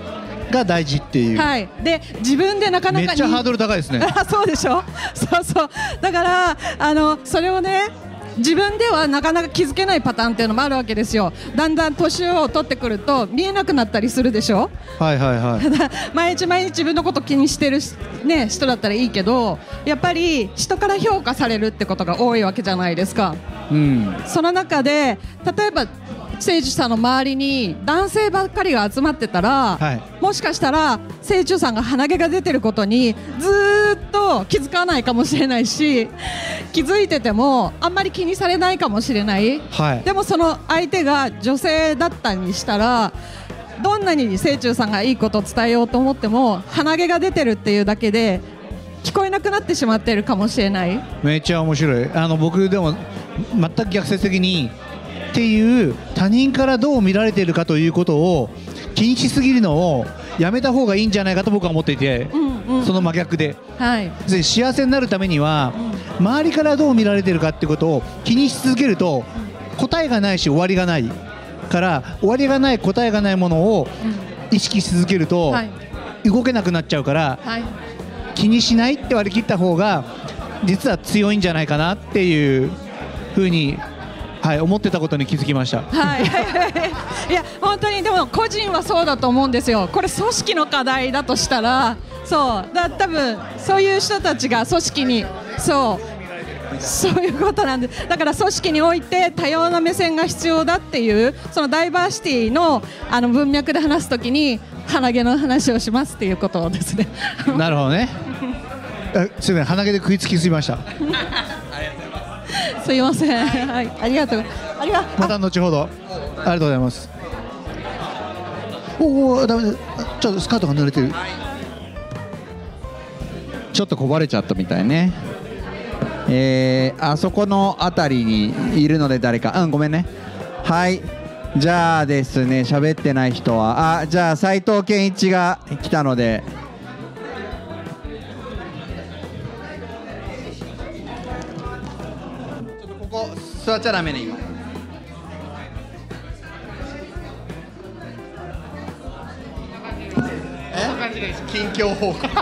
が大事っていう。 はい、で自分でなかなかめっちゃハードル高いですね。 そうでしょ。そうそう。だからそれをね、自分ではなかなか気づけないパターンっていうのもあるわけですよ。だんだん年を取ってくると見えなくなったりするでしょ。 はいはいはい。 毎日自分のこと気にしてる、ね、人だったらいいけど、やっぱり人から評価されるってことが多いわけじゃないですか。 うん、 その中で例えば聖中さんの周りに男性ばっかりが集まってたら、はい、もしかしたら聖中さんが鼻毛が出てることにずーっと気づかないかもしれないし、気づいててもあんまり気にされないかもしれない、はい、でもその相手が女性だったにしたら、どんなに聖中さんがいいことを伝えようと思っても鼻毛が出てるっていうだけで聞こえなくなってしまっているかもしれない。 めっちゃ面白い。僕でも全く逆説的にっていう、他人からどう見られているかということを気にしすぎるのをやめた方がいいんじゃないかと僕は思っていて、その真逆で、 はい、 幸せになるためには、周りからどう見られているかってことを気にし続けると答えがないし終わりがないから、終わりがない答えがないものを意識し続けると動けなくなっちゃうから、はい、気にしないって割り切った方が実は強いんじゃないかなっていうふうに、はい、思ってたことに気づきました。 はい、いや本当にでも個人はそうだと思うんですよ。これ組織の課題だとしたら、多分そういう人たちが組織にそういうことなんです。だから組織において多様な目線が必要だっていう、そのダイバーシティの文脈で話すときに鼻毛の話をしますっていうことですね。 なるほどね。すみません、鼻毛で食いつきすぎました。 すいません、はい、ありがとう。 また後ほど。ありがとうございます。ダメだ、ちょっとスカートが濡れてる。 ちょっとこぼれちゃったみたいね。あそこのあたりにいるので誰か、ごめんね。はい、じゃあですね、喋ってない人は、じゃあ斉藤健一が来たので。座っちゃダメね今。近況報告。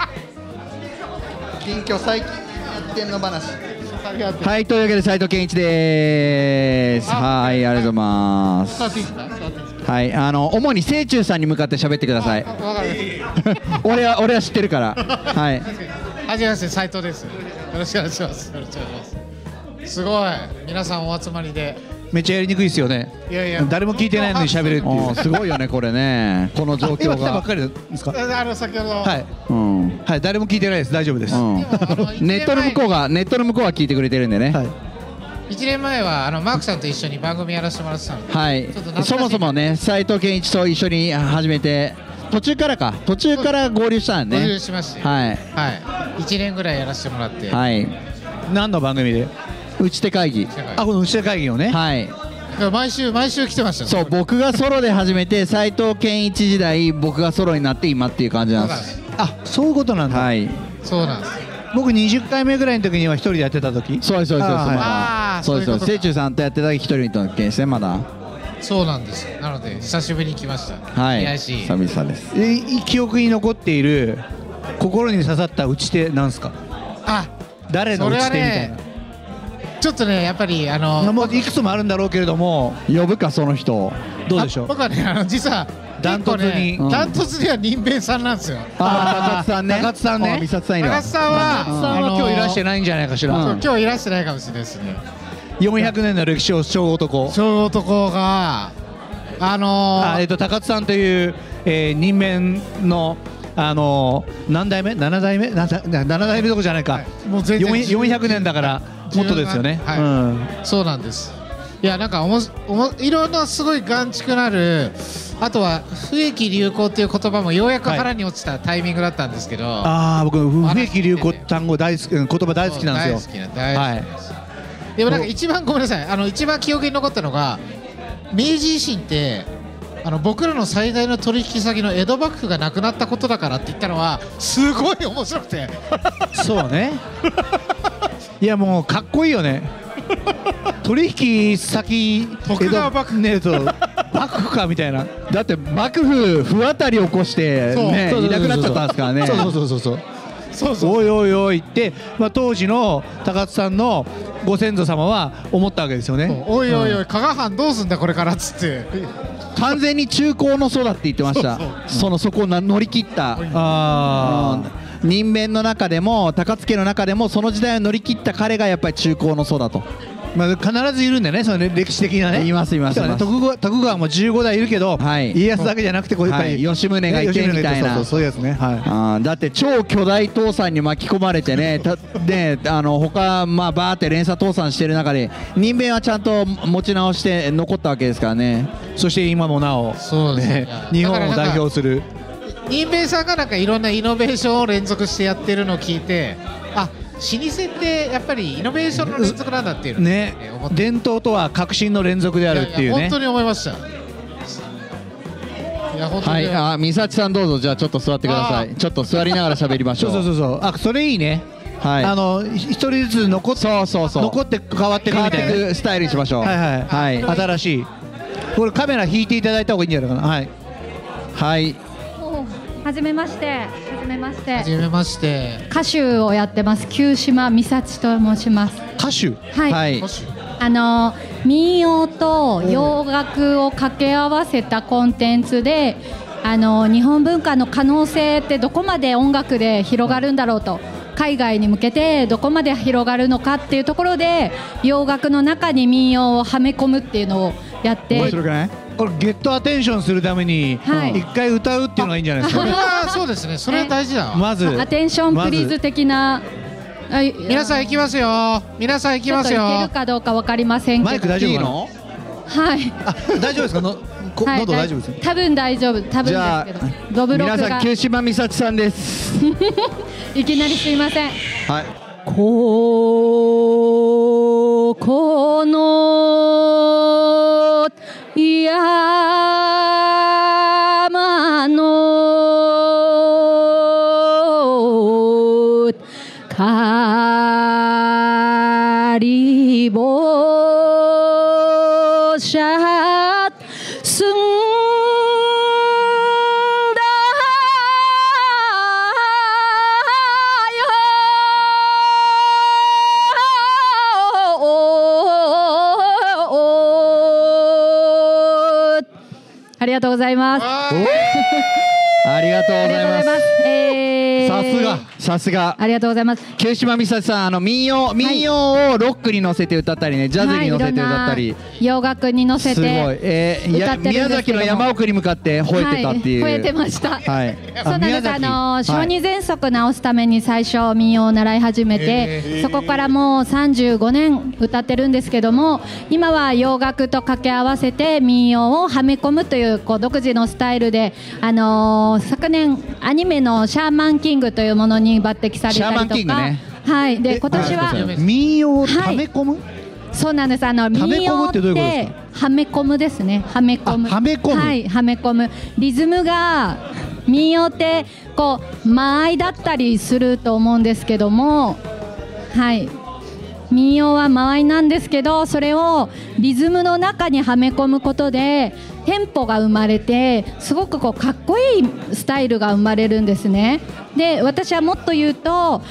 近況最近やってんの話。はい、というわけで斉藤健一でーす。はい、ありがとうございます。はい、主に聖中さんに向かって喋ってください。俺は知ってるから。はい。 はじめまして、斉藤です。よろしくお願いします。すごい、皆さんお集まりで。 めっちゃやりにくいですよね。 いやいや、 誰も聞いてないのに喋るっていう。 すごいよねこれね、この状況が。 今来たばっかりですか。 先ほど。 はい。はい、誰も聞いてないです。大丈夫です。 ネットの向こうは聞いてくれてるんでね。 1年前はマークさんと一緒に番組やらせてもらってたので。 はい。そもそもね、斉藤健一と一緒に始めて。途中から合流したんね。 合流しまして。はい。1年ぐらいやらせてもらって。 はい。 何の番組で？ 打ち手会議。 この打ち手会議をね。 はい。 毎週来てましたね。 そう、僕がソロで始めて、斉藤健一時代僕がソロになって今っていう感じなんです。 そういうことなんだ。 はい。 そうなんです。 僕20回目ぐらいの時には一人でやってた時。 そうです。そうです。聖中さんとやってた時一人の時ですね、まだ。 そうなんです。なので久しぶりに来ました。 はい。久々です。 記憶に残っている心に刺さった打ち手なんですか。誰の打ち手みたいな。 ちょっとね、やっぱりもういくつもあるんだろうけれども、 呼ぶかその人。 どうでしょう。 僕はね、実はダントツには任弁さんなんですよ。 高津さんね。 高津さんね。 高津さんは今日いらしてないんじゃないかしら。 今日いらしてないかもしれないですね。 400年の歴史を背負う男。 が高津さんという任弁の何代目？7代目？7代目どころじゃないか。もう全然400年だからもっとですよね。 そうなんです。いや、なんかいろんなすごい眼蓄のある、あとは不益流行っていう言葉もようやく腹に落ちたタイミングだったんですけど。 僕不益流行単語大好き、言葉大好きなんですよ。 大好きです。でもなんか一番ごめんなさい、一番記憶に残ったのが、明治維新って僕らの最大の取引先の江戸幕府がなくなったことだからって言ったのはすごい面白くて。 そうね。いや、もうかっこいいよね。取引先徳川幕府ねと幕府かみたいな。 だって幕府不当たり起こしてねいなくなっちゃったんですからね。 おいおいおいって、当時の高津さんのご先祖様は思ったわけですよね。 おいおいおい、加賀藩どうすんだこれからっつって。 完全に中興の祖だって言ってました。そこを乗り切った。人弁の中でも高津家の中でもその時代を乗り切った彼がやっぱり中興の祖だと。 必ずいるんだよね、その歴史的なね。 います。 徳川も15代いるけど、家康だけじゃなくて、こうやっぱり吉宗がいてみたいな。 そういうやつね。 だって超巨大倒産に巻き込まれてね、他バーって連鎖倒産してる中で人弁はちゃんと持ち直して残ったわけですからね。 そして今もなお日本を代表する人弁さんがなんかいろんなイノベーションを連続してやってるのを聞いて、老舗ってやっぱりイノベーションの連続なんだっていうね、伝統とは革新の連続であるっていうね。 本当に思いました。 はい、美咲さんどうぞ。じゃあちょっと座ってください。ちょっと座りながら喋りましょう。 そうそれいいね。一人ずつ残って変わっていくみたいなスタイルにしましょう。 新しい。これカメラ引いていただいた方がいいんじゃないかな。 はい。 はじめまして。歌手をやってます。旧島美咲と申します。 歌手。 はい。民謡と洋楽を掛け合わせたコンテンツで、日本文化の可能性ってどこまで音楽で広がるんだろうと。海外に向けてどこまで広がるのかっていうところで、洋楽の中に民謡をはめ込むっていうのをやって。 面白くない？これゲットアテンションするために一回歌うっていうのがいいんじゃないですか。 それはそうですね。それは大事だ。 まずアテンションプリーズ的な。 皆さん行きますよ。皆さん行きますよ。 いけるかどうかわかりませんけど。 マイク大丈夫なの？ はい。 大丈夫ですか？喉大丈夫ですか？ 多分大丈夫。多分ですけど。ドブロックが。 皆さん旧島美咲さんです。 いきなりすいません。 はい。 この山の仮ぼしゃすんだありがとうございます。 ありがとうございます。さすが。 ありがとうございます。 旧島美咲さん、民謡をロックに乗せて歌ったりね、ジャズに乗せて歌ったり、 洋楽に乗せてすごい。宮崎の山奥に向かって吠えてたっていう。 吠えてました。 はい。 そうなんです。小児喘息治すために最初民謡を習い始めて、そこからもう35年歌ってるんですけども、今は洋楽と掛け合わせて民謡をはめ込むという独自のスタイルで、昨年アニメのシャーマンキングというものに抜擢されたりとか、はい。で今年は民謡をはめ込む。 そうなんです。民謡ってはめ込むですね。はめ込む。はい、はめ込む。リズムが民謡ってこう間合いだったりすると思うんですけども、はい。民謡は間合いなんですけど、それをリズムの中にはめ込むことでテンポが生まれて、すごくこうかっこいいスタイルが生まれるんですね。で、私はもっと言うと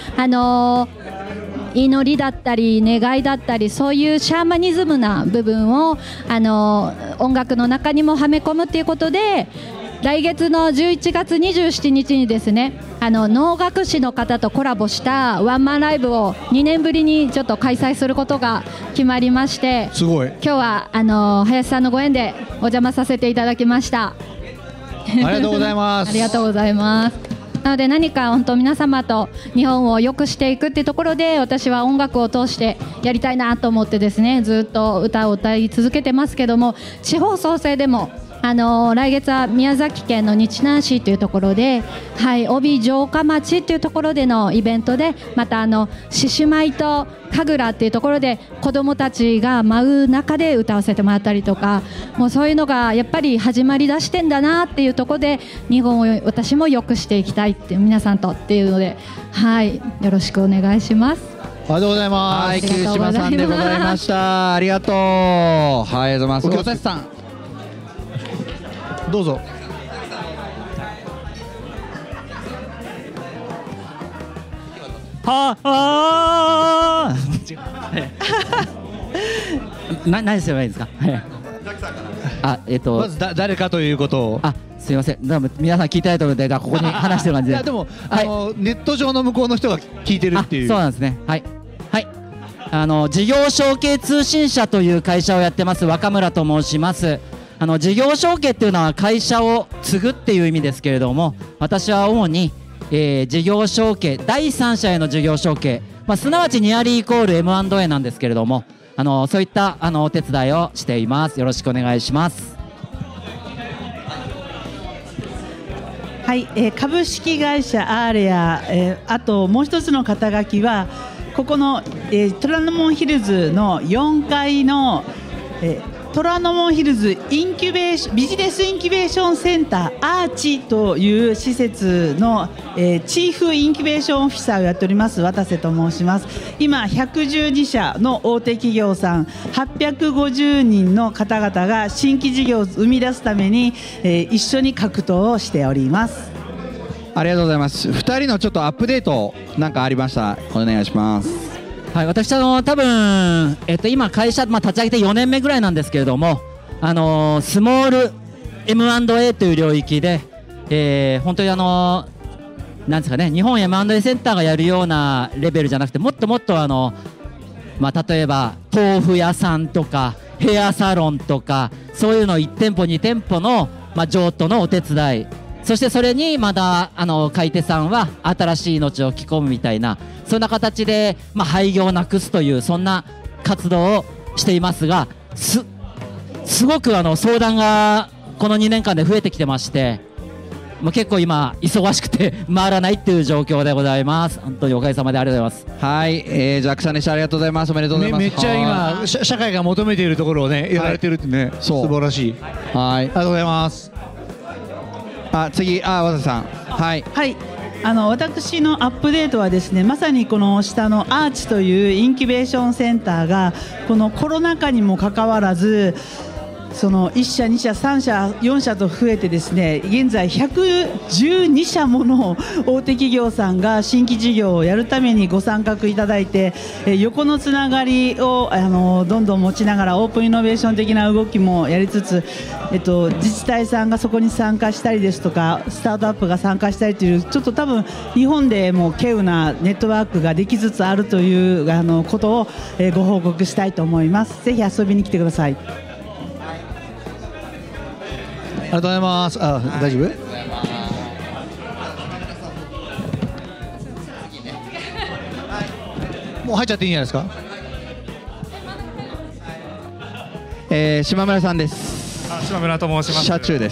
祈りだったり願いだったり、そういうシャーマニズムな部分を音楽の中にもはめ込むっていうことで、来月の11月27日にですね、能楽師の方とコラボしたワンマンライブを2年ぶりにちょっと開催することが決まりまして、 すごい。 今日は林さんのご縁でお邪魔させていただきました。 ありがとうございます。 ありがとうございます。なので何か本当皆様と日本を良くしていくっていうところで、私は音楽を通してやりたいなと思ってですね、ずっと歌を歌い続けてますけども、地方創生でも来月は宮崎県の日南市というところで、はい、帯城下町というところでのイベントで、また獅子舞と神楽っていうところで子どもたちが舞う中で歌わせてもらったりとか、もうそういうのがやっぱり始まりだしてんだなっていうところで、日本を私も良くしていきたいって皆さんとっていうので、はい、よろしくお願いします。 ありがとうございます。 はい、旧島さんでございました。ありがとう。はい、ありがとうございます。おさしさん。 どうぞ。 何すればいいですか。 まず誰かということを。 すみません。皆さん聞いてないと思うので、ここに話してる感じで。 いやでもネット上の向こうの人が聞いてるっていう。 そうなんですね。はい。事業承継通信社という会社をやってます若村と申します。事業承継っていうのは会社を継ぐっていう意味ですけれども、私は主に、事業承継、第三者への事業承継、すなわちニアリーイコール M&A なんですけれども、そういったお手伝いをしています。よろしくお願いします。 はい、株式会社アーレア、あともう一つの肩書きはここの、虎ノ門ヒルズの4階の、虎ノ門ヒルズビジネスインキュベーションセンターアーチという施設の、チーフインキュベーションオフィサーをやっております渡瀬と申します。今112社の大手企業さん850人の方々が新規事業を生み出すために、一緒に格闘をしております。 ありがとうございます。2人のちょっとアップデートなんかありましたらお願いします。 はい、私多分、今会社、立ち上げて4年目ぐらいなんですけれども、スモール M&A という領域で、本当になんですかね、日本 M&A センターがやるようなレベルじゃなくて、もっともっと例えば豆腐屋さんとかヘアサロンとかそういうの1店舗2店舗の、譲渡のお手伝い、そしてそれにまだ買い手さんは新しい命を吹き込むみたいな、そんな形で、廃業をなくすというそんな活動をしていますが、すごく相談がこの2年間で増えてきてまして、結構今忙しくて回らないっていう状況でございます。本当におかげさまでありがとうございます。 はい、ジャックさんでした。ありがとうございます。おめでとうございます。 めっちゃ今社会が求めているところをねやられてるってね、素晴らしい。 はい、ありがとうございます。 次和田さん。はい。 はい。私のアップデートはですね、まさにこの下のアーチというインキュベーションセンターがこのコロナ禍にもかかわらず、その1社2社3社4社と増えてですね、現在112社もの大手企業さんが新規事業をやるためにご参画いただいて、横のつながりをどんどん持ちながらオープンイノベーション的な動きもやりつつ、自治体さんがそこに参加したりですとかスタートアップが参加したりという、ちょっと多分日本でも稀有なネットワークができつつあるということをご報告したいと思います。ぜひ遊びに来てください。 ありがとうございます。大丈夫？もう入っちゃっていいんじゃないですか。 島村さんです。 島村と申します。 社中です。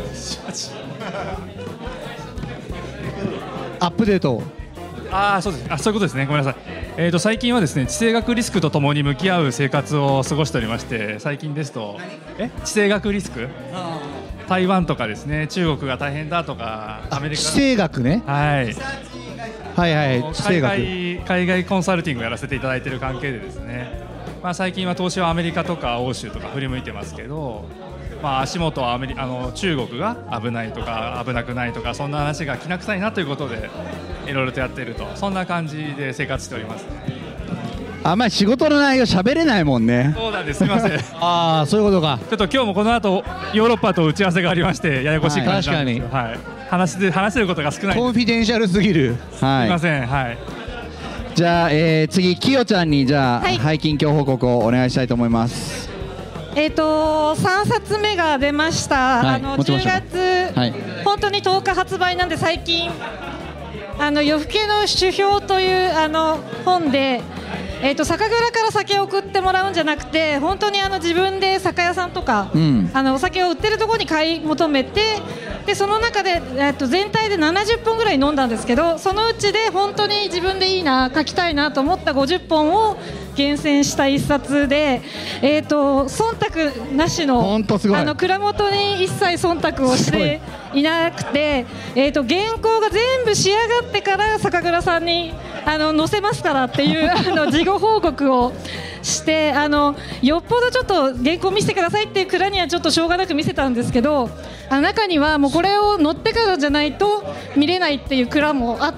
アップデート。 そうです。そういうことですね。ごめんなさい。最近はですね、地政学リスクとともに向き合う生活を過ごしておりまして、最近ですと地政学リスク、台湾とかですね、中国が大変だとか、アメリカ、 地政学ね。 はい。 はいはい。地政学。 海外コンサルティングをやらせていただいている関係でですね、最近は投資はアメリカとか欧州とか振り向いてますけど、足元は中国が危ないとか危なくないとか、そんな話がきな臭いなということでいろいろとやっていると、そんな感じで生活しておりますね。 あんまり仕事の内容喋れないもんね。 そうなんです。すみません。 そういうことか。 ちょっと今日もこの後ヨーロッパと打ち合わせがありまして、ややこしい感じなんです。 確かに。 はい。話せることが少ない。 コンフィデンシャルすぎる。 はい。 すみません。はい。 じゃあ、次きよちゃんに背近況報告をお願いしたいと思います。 3冊目が出ました。10月、本当に10日発売なんで、最近夜更けの酒標という本で、酒蔵から酒を送ってもらうんじゃなくて、本当に自分で酒屋さんとか、お酒を売ってるところに買い求めて、でその中で、全体で70本ぐらい飲んだんですけど、そのうちで本当に自分でいいな、書きたいなと思った50本を厳選した一冊で、忖度なしの蔵元に一切忖度をしていなくて、原稿が全部仕上がってから酒蔵さんに載せますからっていう事後報告をしてよっぽどちょっと原稿見せてくださいっていう蔵にはちょっとしょうがなく見せたんですけど、中にはもうこれを乗ってからじゃないと見れないっていう蔵もあって、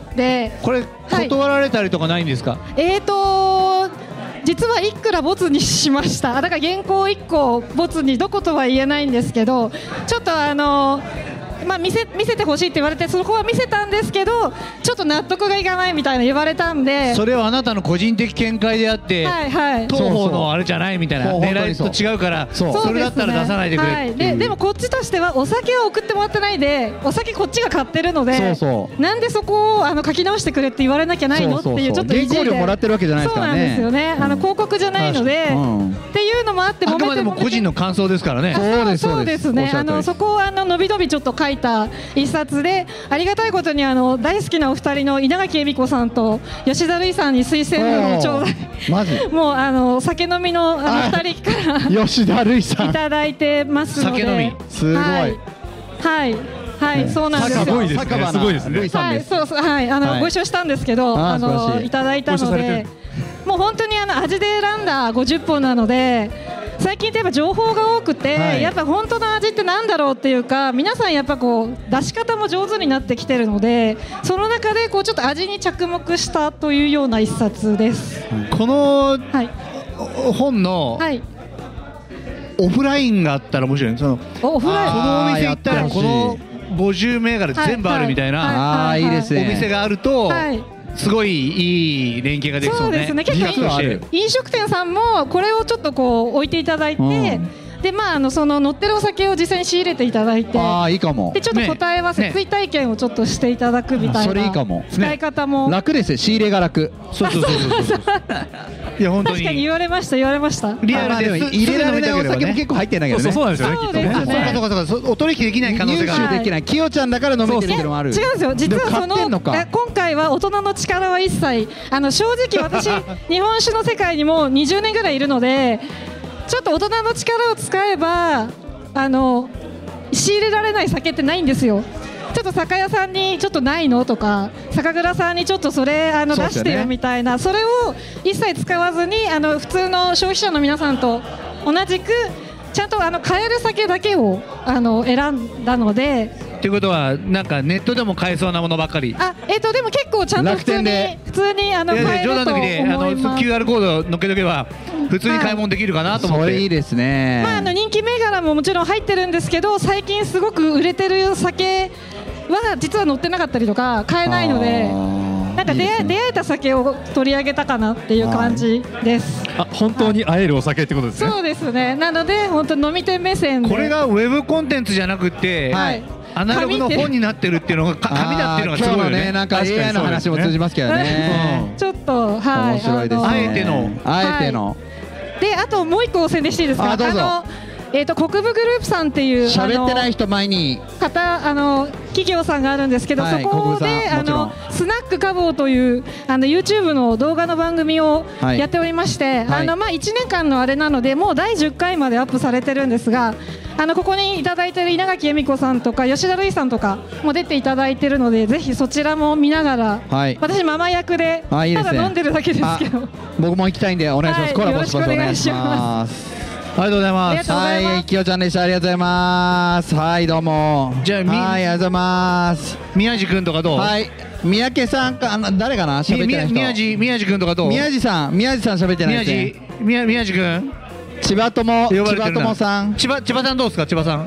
これ断られたりとかないんですか？ 実はいくらボツにしました。だから原稿1個ボツにどことは言えないんですけど、ちょっと見せてほしいって言われてそこは見せたんですけど、ちょっと納得がいかないみたいな言われたんで、 それはあなたの個人的見解であって、当方のあれじゃないみたいな、狙いと違うから、それだったら出さないでくれっていう。 でもこっちとしてはお酒は送ってもらってないで、お酒こっちが買ってるので、なんでそこを書き直してくれって言われなきゃないのっていう、ちょっと意地で原稿料もらってるわけじゃないですからね。 そうなんですよね。広告じゃないので、っていうのもあってあくまでも個人の感想ですからね。 そうですね。そこをのびのびちょっと書いた一冊で、ありがたいことに大好きなお二人の稲垣恵美子さんと吉田類さんに推薦文をちょうだい。 マジもう酒飲みの二人から吉田類さんいただいてますので。 酒飲みすごい。 はい、そうなんですよ。 すごいですね。 はい、そうご一緒したんですけど、いただいたので、もう本当に味で選んだ50本なので、最近ってやっぱ情報が多くて、やっぱ本当の味ってなんだろうっていうか、皆さんやっぱこう出し方も上手になってきてるので、その中でこうちょっと味に着目したというような一冊です。 この本のオフラインがあったら面白いね。 オフライン、 このお店行ったらこの50銘柄全部あるみたいなお店があると、すごいいい連携ができそうね。 そうですね。結構飲食店さんもこれをちょっとこう置いていただいて、でその乗ってるお酒を実際に仕入れていただいて、 いいかも。 でちょっと答え合わせ、追体験をちょっとしていただくみたいな。 それいいかも。 使い方も楽ですよ。仕入れが楽。 そう。いや本当に確かに言われました。 リアルで入れられないお酒も結構入ってんだけどね。 そうなんですよね。きっとね。 そうお取引できない可能性がある。 入手できない。きよちゃんだから飲めてるっていうのもある。 違うんですよ。実は今回は大人の力は一切正直私日本酒の世界にも20年ぐらいいるので、ちょっと大人の力を使えば仕入れられない酒ってないんですよ。ちょっと酒屋さんにちょっとないのとか、酒蔵さんにちょっとそれ出してよみたいな、それを一切使わずに普通の消費者の皆さんと同じくちゃんと買える酒だけを選んだので。 ということはなんかネットでも買えそうなものばっかり。 でも結構ちゃんと普通に買えると思います。 冗談抜きでQR コード乗っけとけば普通に買い物できるかなと思って。 それいいですね。 人気銘柄ももちろん入ってるんですけど、最近すごく売れてる酒は実は載ってなかったりとか買えないので、なんか出会えた酒を取り上げたかなっていう感じです。 本当に会えるお酒ってことですね。 そうですね。なので本当飲み手目線で。 これがウェブコンテンツじゃなくて、アナログの本になってるっていうのが紙だっていうのがすごいよね。 なんか AI の話も通じますけどね。 ちょっと面白いですね。 あえての。 であともう一個宣伝していいですか。 どうぞ。 国分グループさんっていう喋ってない人前に企業さんがあるんですけど、そこでスナックカボーという YouTube の動画の番組をやっておりまして、1年間のあれなのでもう第10回までアップされてるんですが、ここにいただいている稲垣恵美子さんとか吉田類さんとかも出ていただいているので、ぜひそちらも見ながら、私ママ役でただ飲んでるだけですけど、 僕も行きたいんでお願いします。コラボします。お願いします。 ありがとうございます。 はい、きよちゃんでした。ありがとうございます。はい、どうも。 じゃあ、 ありがとうございます。 宮地君とかどう？ はい、三宅さんか、誰かな、喋ってない人。 宮地君とかどう？ 宮地さん喋ってないですね。 宮地君。 千葉友さん。 千葉さんどうですか、千葉さん。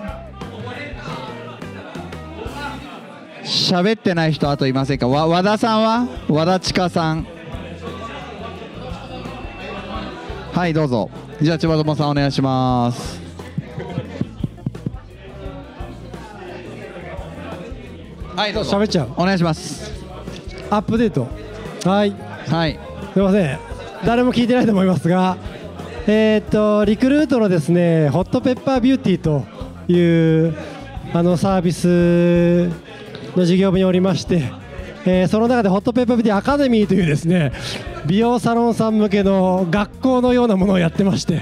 喋ってない人あといませんか。和田さんは？和田千佳さん。はい、どうぞ。じゃあ千葉友さんお願いします。はいどうぞ。 喋っちゃう。 お願いします。 アップデート。はい。すみません。誰も聞いてないと思いますが、リクルートのですね、ホットペッパービューティーというサービスの事業部におりまして、その中でホットペッパービューティーアカデミーというですね、美容サロンさん向けの学校のようなものをやってまして、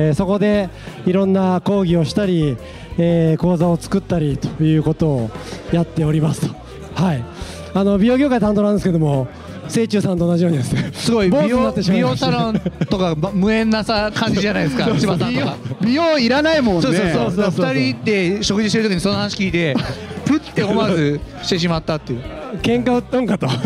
そこでいろんな講義をしたり、講座を作ったりということをやっておりますと。はい。美容業界担当なんですけども、 清中さんと同じようにですね、 すごい美容サロンとか無縁なさ感じじゃないですか。千葉さんとか美容いらないもんね。 そう2人で食事してる時にその話聞いてプッて思わずしてしまったっていう。 喧嘩売ったんかと。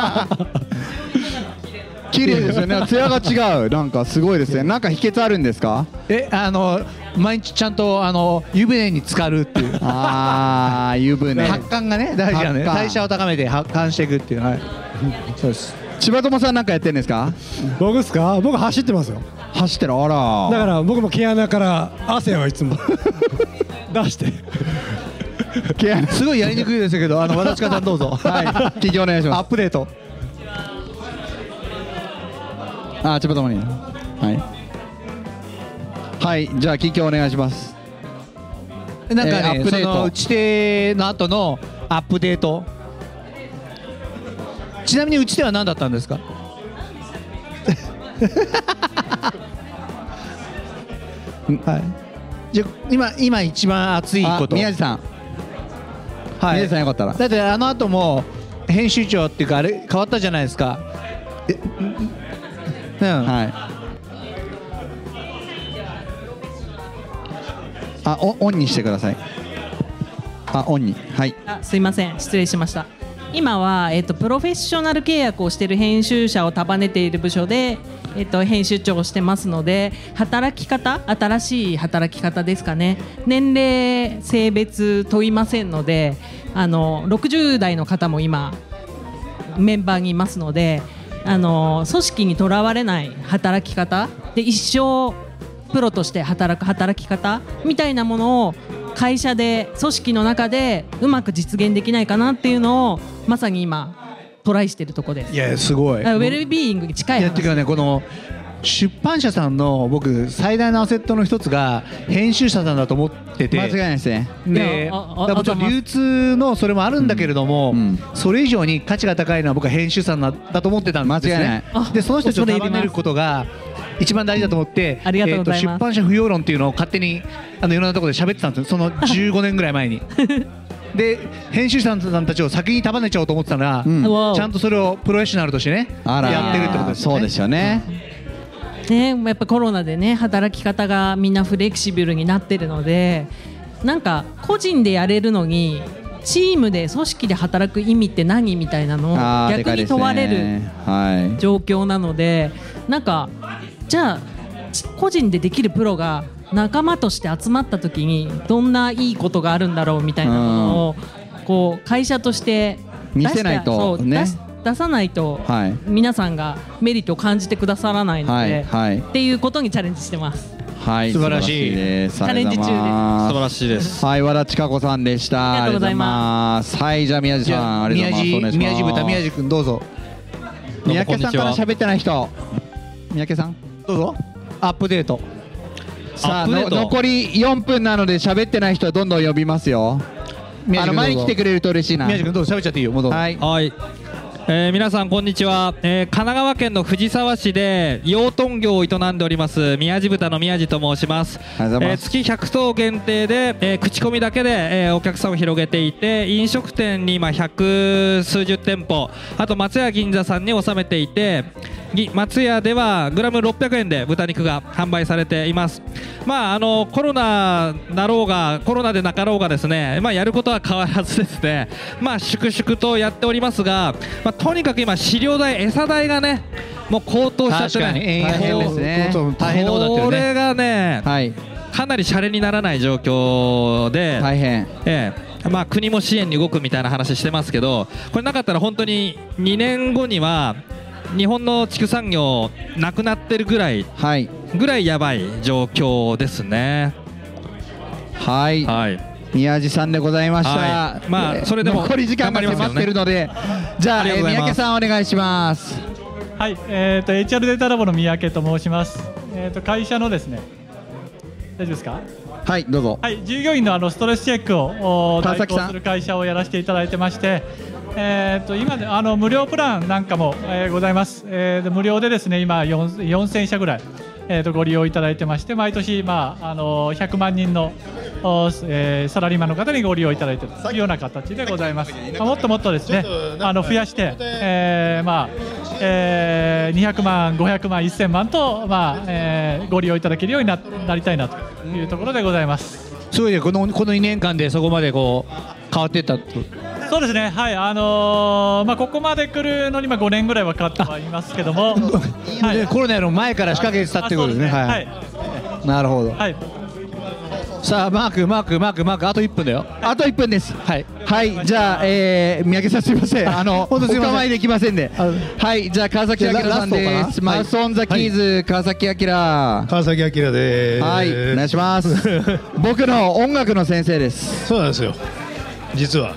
綺麗ですよね。艶が違う。なんかすごいですね。なんか秘訣あるんですか？ 毎日ちゃんと湯船に浸かるっていう。 湯船。 発汗がね大事なんで、代謝を高めて発汗していくっていう。はい。そうです。 千葉友さんなんかやってるんですか？ 僕ですか？僕走ってますよ。 走ってる。あら。 だから僕も毛穴から汗をいつも出して。 すごいやりにくいですけど、和田近さんどうぞ。 はい。聞きお願いします。 アップデート。 千葉友に。はい、じゃあ聞きお願いします。 なんかね、その打ち手の後のアップデート。ちなみに打ち手は何だったんですか？はい。じゃ今一番熱いこと。 宮地さん。はい。宮地さんよかったら。 だって後も編集長っていうかあれ変わったじゃないですか。 はい。オンにしてください。オンに。はい。 すいません、失礼しました。今は、プロフェッショナル契約をしている編集者を束ねている部署で、編集長をしてますので、働き方、新しい働き方ですかね、年齢性別問いませんので、60代の方も今メンバーにいますので、組織にとらわれない働き方で一生プロとして働く働き方みたいなものを会社で組織の中でうまく実現できないかなっていうのをまさに今トライしているところです。 いやすごい。 ウェルビーイングに近い話。 っていうかね、この出版社さんの僕最大のアセットの一つが編集者さんだと思ってて。 間違いないですね。 で、もちろん流通のそれもあるんだけれども、それ以上に価値が高いのは僕は編集者さんだと思ってたんですね。 間違いない。 でその人たちを束ねることが一番大事だと思って、出版社不要論っていうのを勝手にいろんなところで喋ってたんですよ。その15年ぐらい前に。で編集者さんたちを先に束ねちゃおうと思ってたら、ちゃんとそれをプロフェッショナルとしてねやってるってことですね。 そうですよね。 やっぱコロナでね働き方がみんなフレキシブルになってるので、なんか個人でやれるのにチームで組織で働く意味って何みたいなのを逆に問われる状況なので、なんかじゃあ個人でできるプロが仲間として集まった時にどんないいことがあるんだろうみたいなものをこう会社として見せないとね、 出さないと皆さんがメリットを感じてくださらないので、っていうことにチャレンジしてます。 はい、 素晴らしいです。 チャレンジ中です。素晴らしいです。 はい、和田千佳子さんでした。 ありがとうございます。 はい、じゃあ宮地さん、ありがとうございます。 宮地豚、宮地君どうぞ。 三宅さんから喋ってない人。三宅さんどうぞ。アップデート。 さあ残り4分なので喋ってない人はどんどん呼びますよ。前に来てくれると嬉しいな。 宮地君どうぞ喋っちゃっていいよ。 はい。皆さんこんにちは。神奈川県の藤沢市で養豚業を営んでおります宮地豚の宮地と申します。月100頭限定で、口コミだけで、お客さんを広げていて、飲食店に100数十店舗、あと松屋銀座さんに収めていて、松屋ではグラム600円で豚肉が販売されています。コロナだろうがコロナでなかろうがですね、やることは変わらずですね、粛々とやっておりますが、とにかく今飼料代、餌代がねもう高騰しちゃってね、 大変ですね。大変なことになってるね。 これがね、かなりシャレにならない状況で大変、 国も支援に動くみたいな話してますけど、これなかったら本当に2年後には日本の畜産業なくなってるぐらいやばい状況ですね。 はい、宮地さんでございました。 それでも残り時間が迫っているので、じゃあ三宅さんお願いします。 はい、HR データラボの三宅と申します。会社のですね、大丈夫ですか？ はい、どうぞ。 はい、従業員のストレスチェックを代行する会社をやらせていただいてまして、今で無料プランなんかも、ございます。無料でですね今4000社ぐらい、 ご利用いただいてまして、毎年、100万人のサラリーマンの方にご利用いただいているというような形でございます。もっともっとですね、増やして、200万、500万、1000万と、ご利用いただけるようになりたいなというところでございます。 すごいね、この2年間でそこまでこう変わっていったと。 そうですね、はい、ここまで来るのに5年ぐらいはかかってはいますけども、 はい、コロナよりも前から仕掛けてたってことですね。はい、なるほど。はい、さあマークあと1分だよ。 あと1分です。はい、はい、じゃあ、三宅さんすみません、お構いできませんで、はい、じゃあ川崎明さんです。マウスオンザキーズ、川崎明。 川崎明です。 はい、お願いします。僕の音楽の先生です。 そうなんですよ、実は。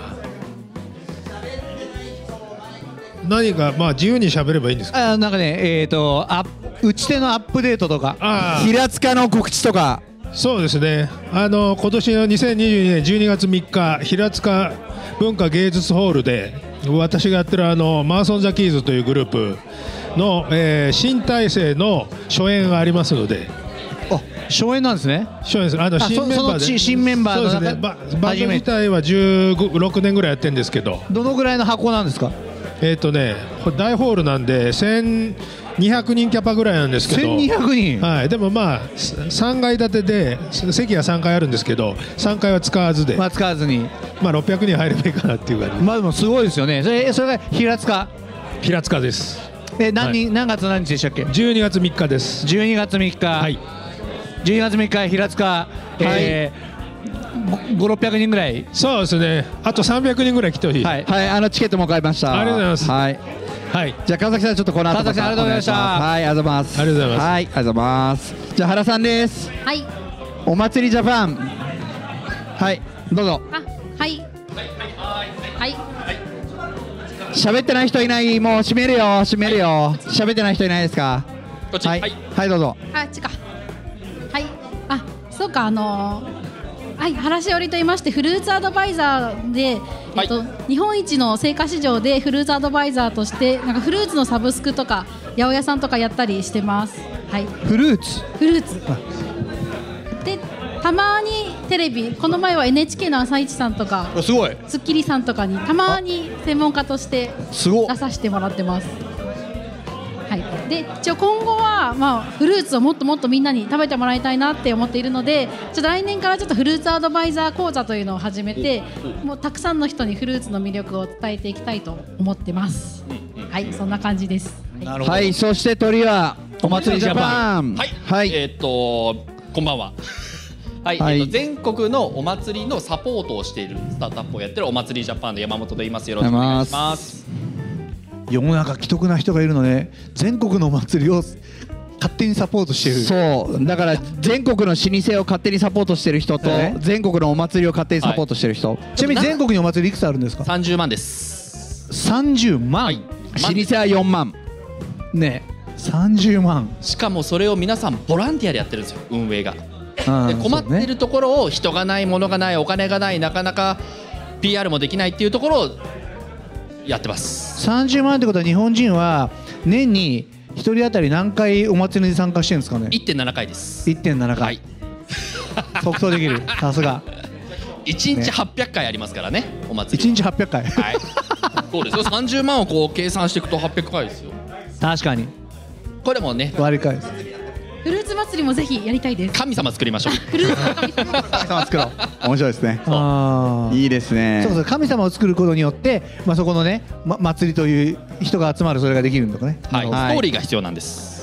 何か自由に喋ればいいんですか。 なんかね、打ち手のアップデートとか、 平塚の告知とか。 そうですね、今年の2022年12月3日平塚文化芸術ホールで私がやってるマウスオンザキーズというグループの、新体制の初演がありますので。 初演なんですね。 初演です。 新メンバーの中で、 バンド自体は16年ぐらいやってるんですけど。 どのぐらいの箱なんですか。 大ホールなんで1200人キャパぐらいなんですけど。 1200人。 はい。でも3階建てで席が3階あるんですけど、3階は使わずで。 使わずに。 600人入ればいいかなっていう感じ。 でもすごいですよね。それが平塚です。何月何日でしたっけ。 12月3日です。 12月3日。はい。12月3日平塚。500-600人ぐらい。 そうですね。あと300人ぐらい来てほしい。 はい、チケットも買いました。 ありがとうございます。 はい。はい、じゃあ川崎さんちょっとこの後。 川崎さんありがとうございました。 はい、ありがとうございます。 ありがとうございます。 はい、ありがとうございます。じゃあ原さんです。 はい。 お祭りジャパン。はい、どうぞ。 はい。はい。 喋ってない人いない。もう閉めるよ。喋ってない人いないですか。 こっち。 はい、はい、どうぞ。 あっちか。はい。そうか、はい、原しおりと言いましてフルーツアドバイザーで、日本一の青果市場でフルーツアドバイザーとしてフルーツのサブスクとか八百屋さんとかやったりしてます。はい。 フルーツでたまにテレビ、この前は NHK の朝市さんとかすごいスッキリさんとかにたまに専門家として出させてもらってます。はい、で一応今後は、フルーツをもっともっとみんなに食べてもらいたいなって思っているので、来年からちょっとフルーツアドバイザー講座というのを始めて、もうたくさんの人にフルーツの魅力を伝えていきたいと思ってます。はい、そんな感じです。 はい、そして鳥はお祭りジャパン。 はい、こんばんは。はい、全国のお祭りのサポートをしているスタートアップをやってるお祭りジャパンの山本と言います。よろしくお願いします。 世の中既得な人がいるので、全国のお祭りを勝手にサポートしてる。 そうだから全国の老舗を勝手にサポートしてる人と、全国のお祭りを勝手にサポートしてる人、 ちなみに全国にお祭りいくつあるんですか。 30万です。 30万、 老舗は4万ね。30万。 しかもそれを皆さんボランティアでやってるんですよ、運営が。で困っているところを、人がない物がないお金がない、なかなか PR もできないっていうところをやってます。 30万ってことは日本人は年に1人当たり何回お祭りに参加してるんですかね。 1.7 回です。 1.7 回、はい、即答できる。さすが。 1日800回ありますからね、お祭り。 1日800回。 はい。そうですよ。30万をこう計算していくと800回ですよ。 確かに。 これもね、 割り返す。 フルーツ祭りもぜひやりたいです。 神様作りましょう。 フルーツの神様。 神様作ろう。面白いですね。いいですね。 そう神様を作ることによって、そこのね、祭りという人が集まる、それができるんだかね。 はい。ストーリーが必要なんです。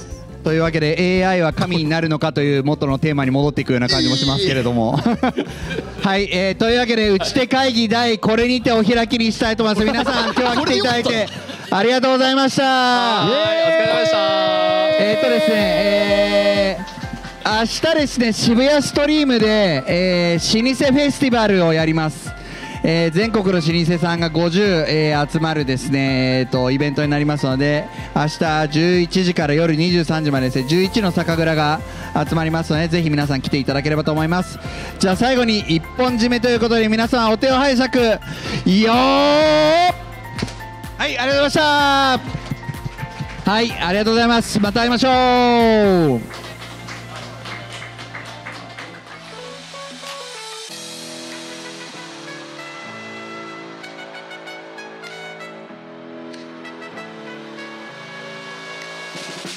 というわけで AI は神になるのかという元のテーマに戻っていくような感じもしますけれどもはい、というわけで打ち手会議第これにてお開きにしたいと思います。皆さん今日は来ていただいてありがとうございました。 お疲れ様でした。 ですね、明日ですね、渋谷ストリームで、老舗フェスティバルをやります。全国の老舗さんが50、集まるですね、イベントになりますので、明日11時から夜23時までですね、11の酒蔵が集まりますので、ぜひ皆さん来ていただければと思います。じゃあ最後に一本締めということで、皆さんお手を拝借よー。はい、ありがとうございました。はい、ありがとうございます。また会いましょう。 す。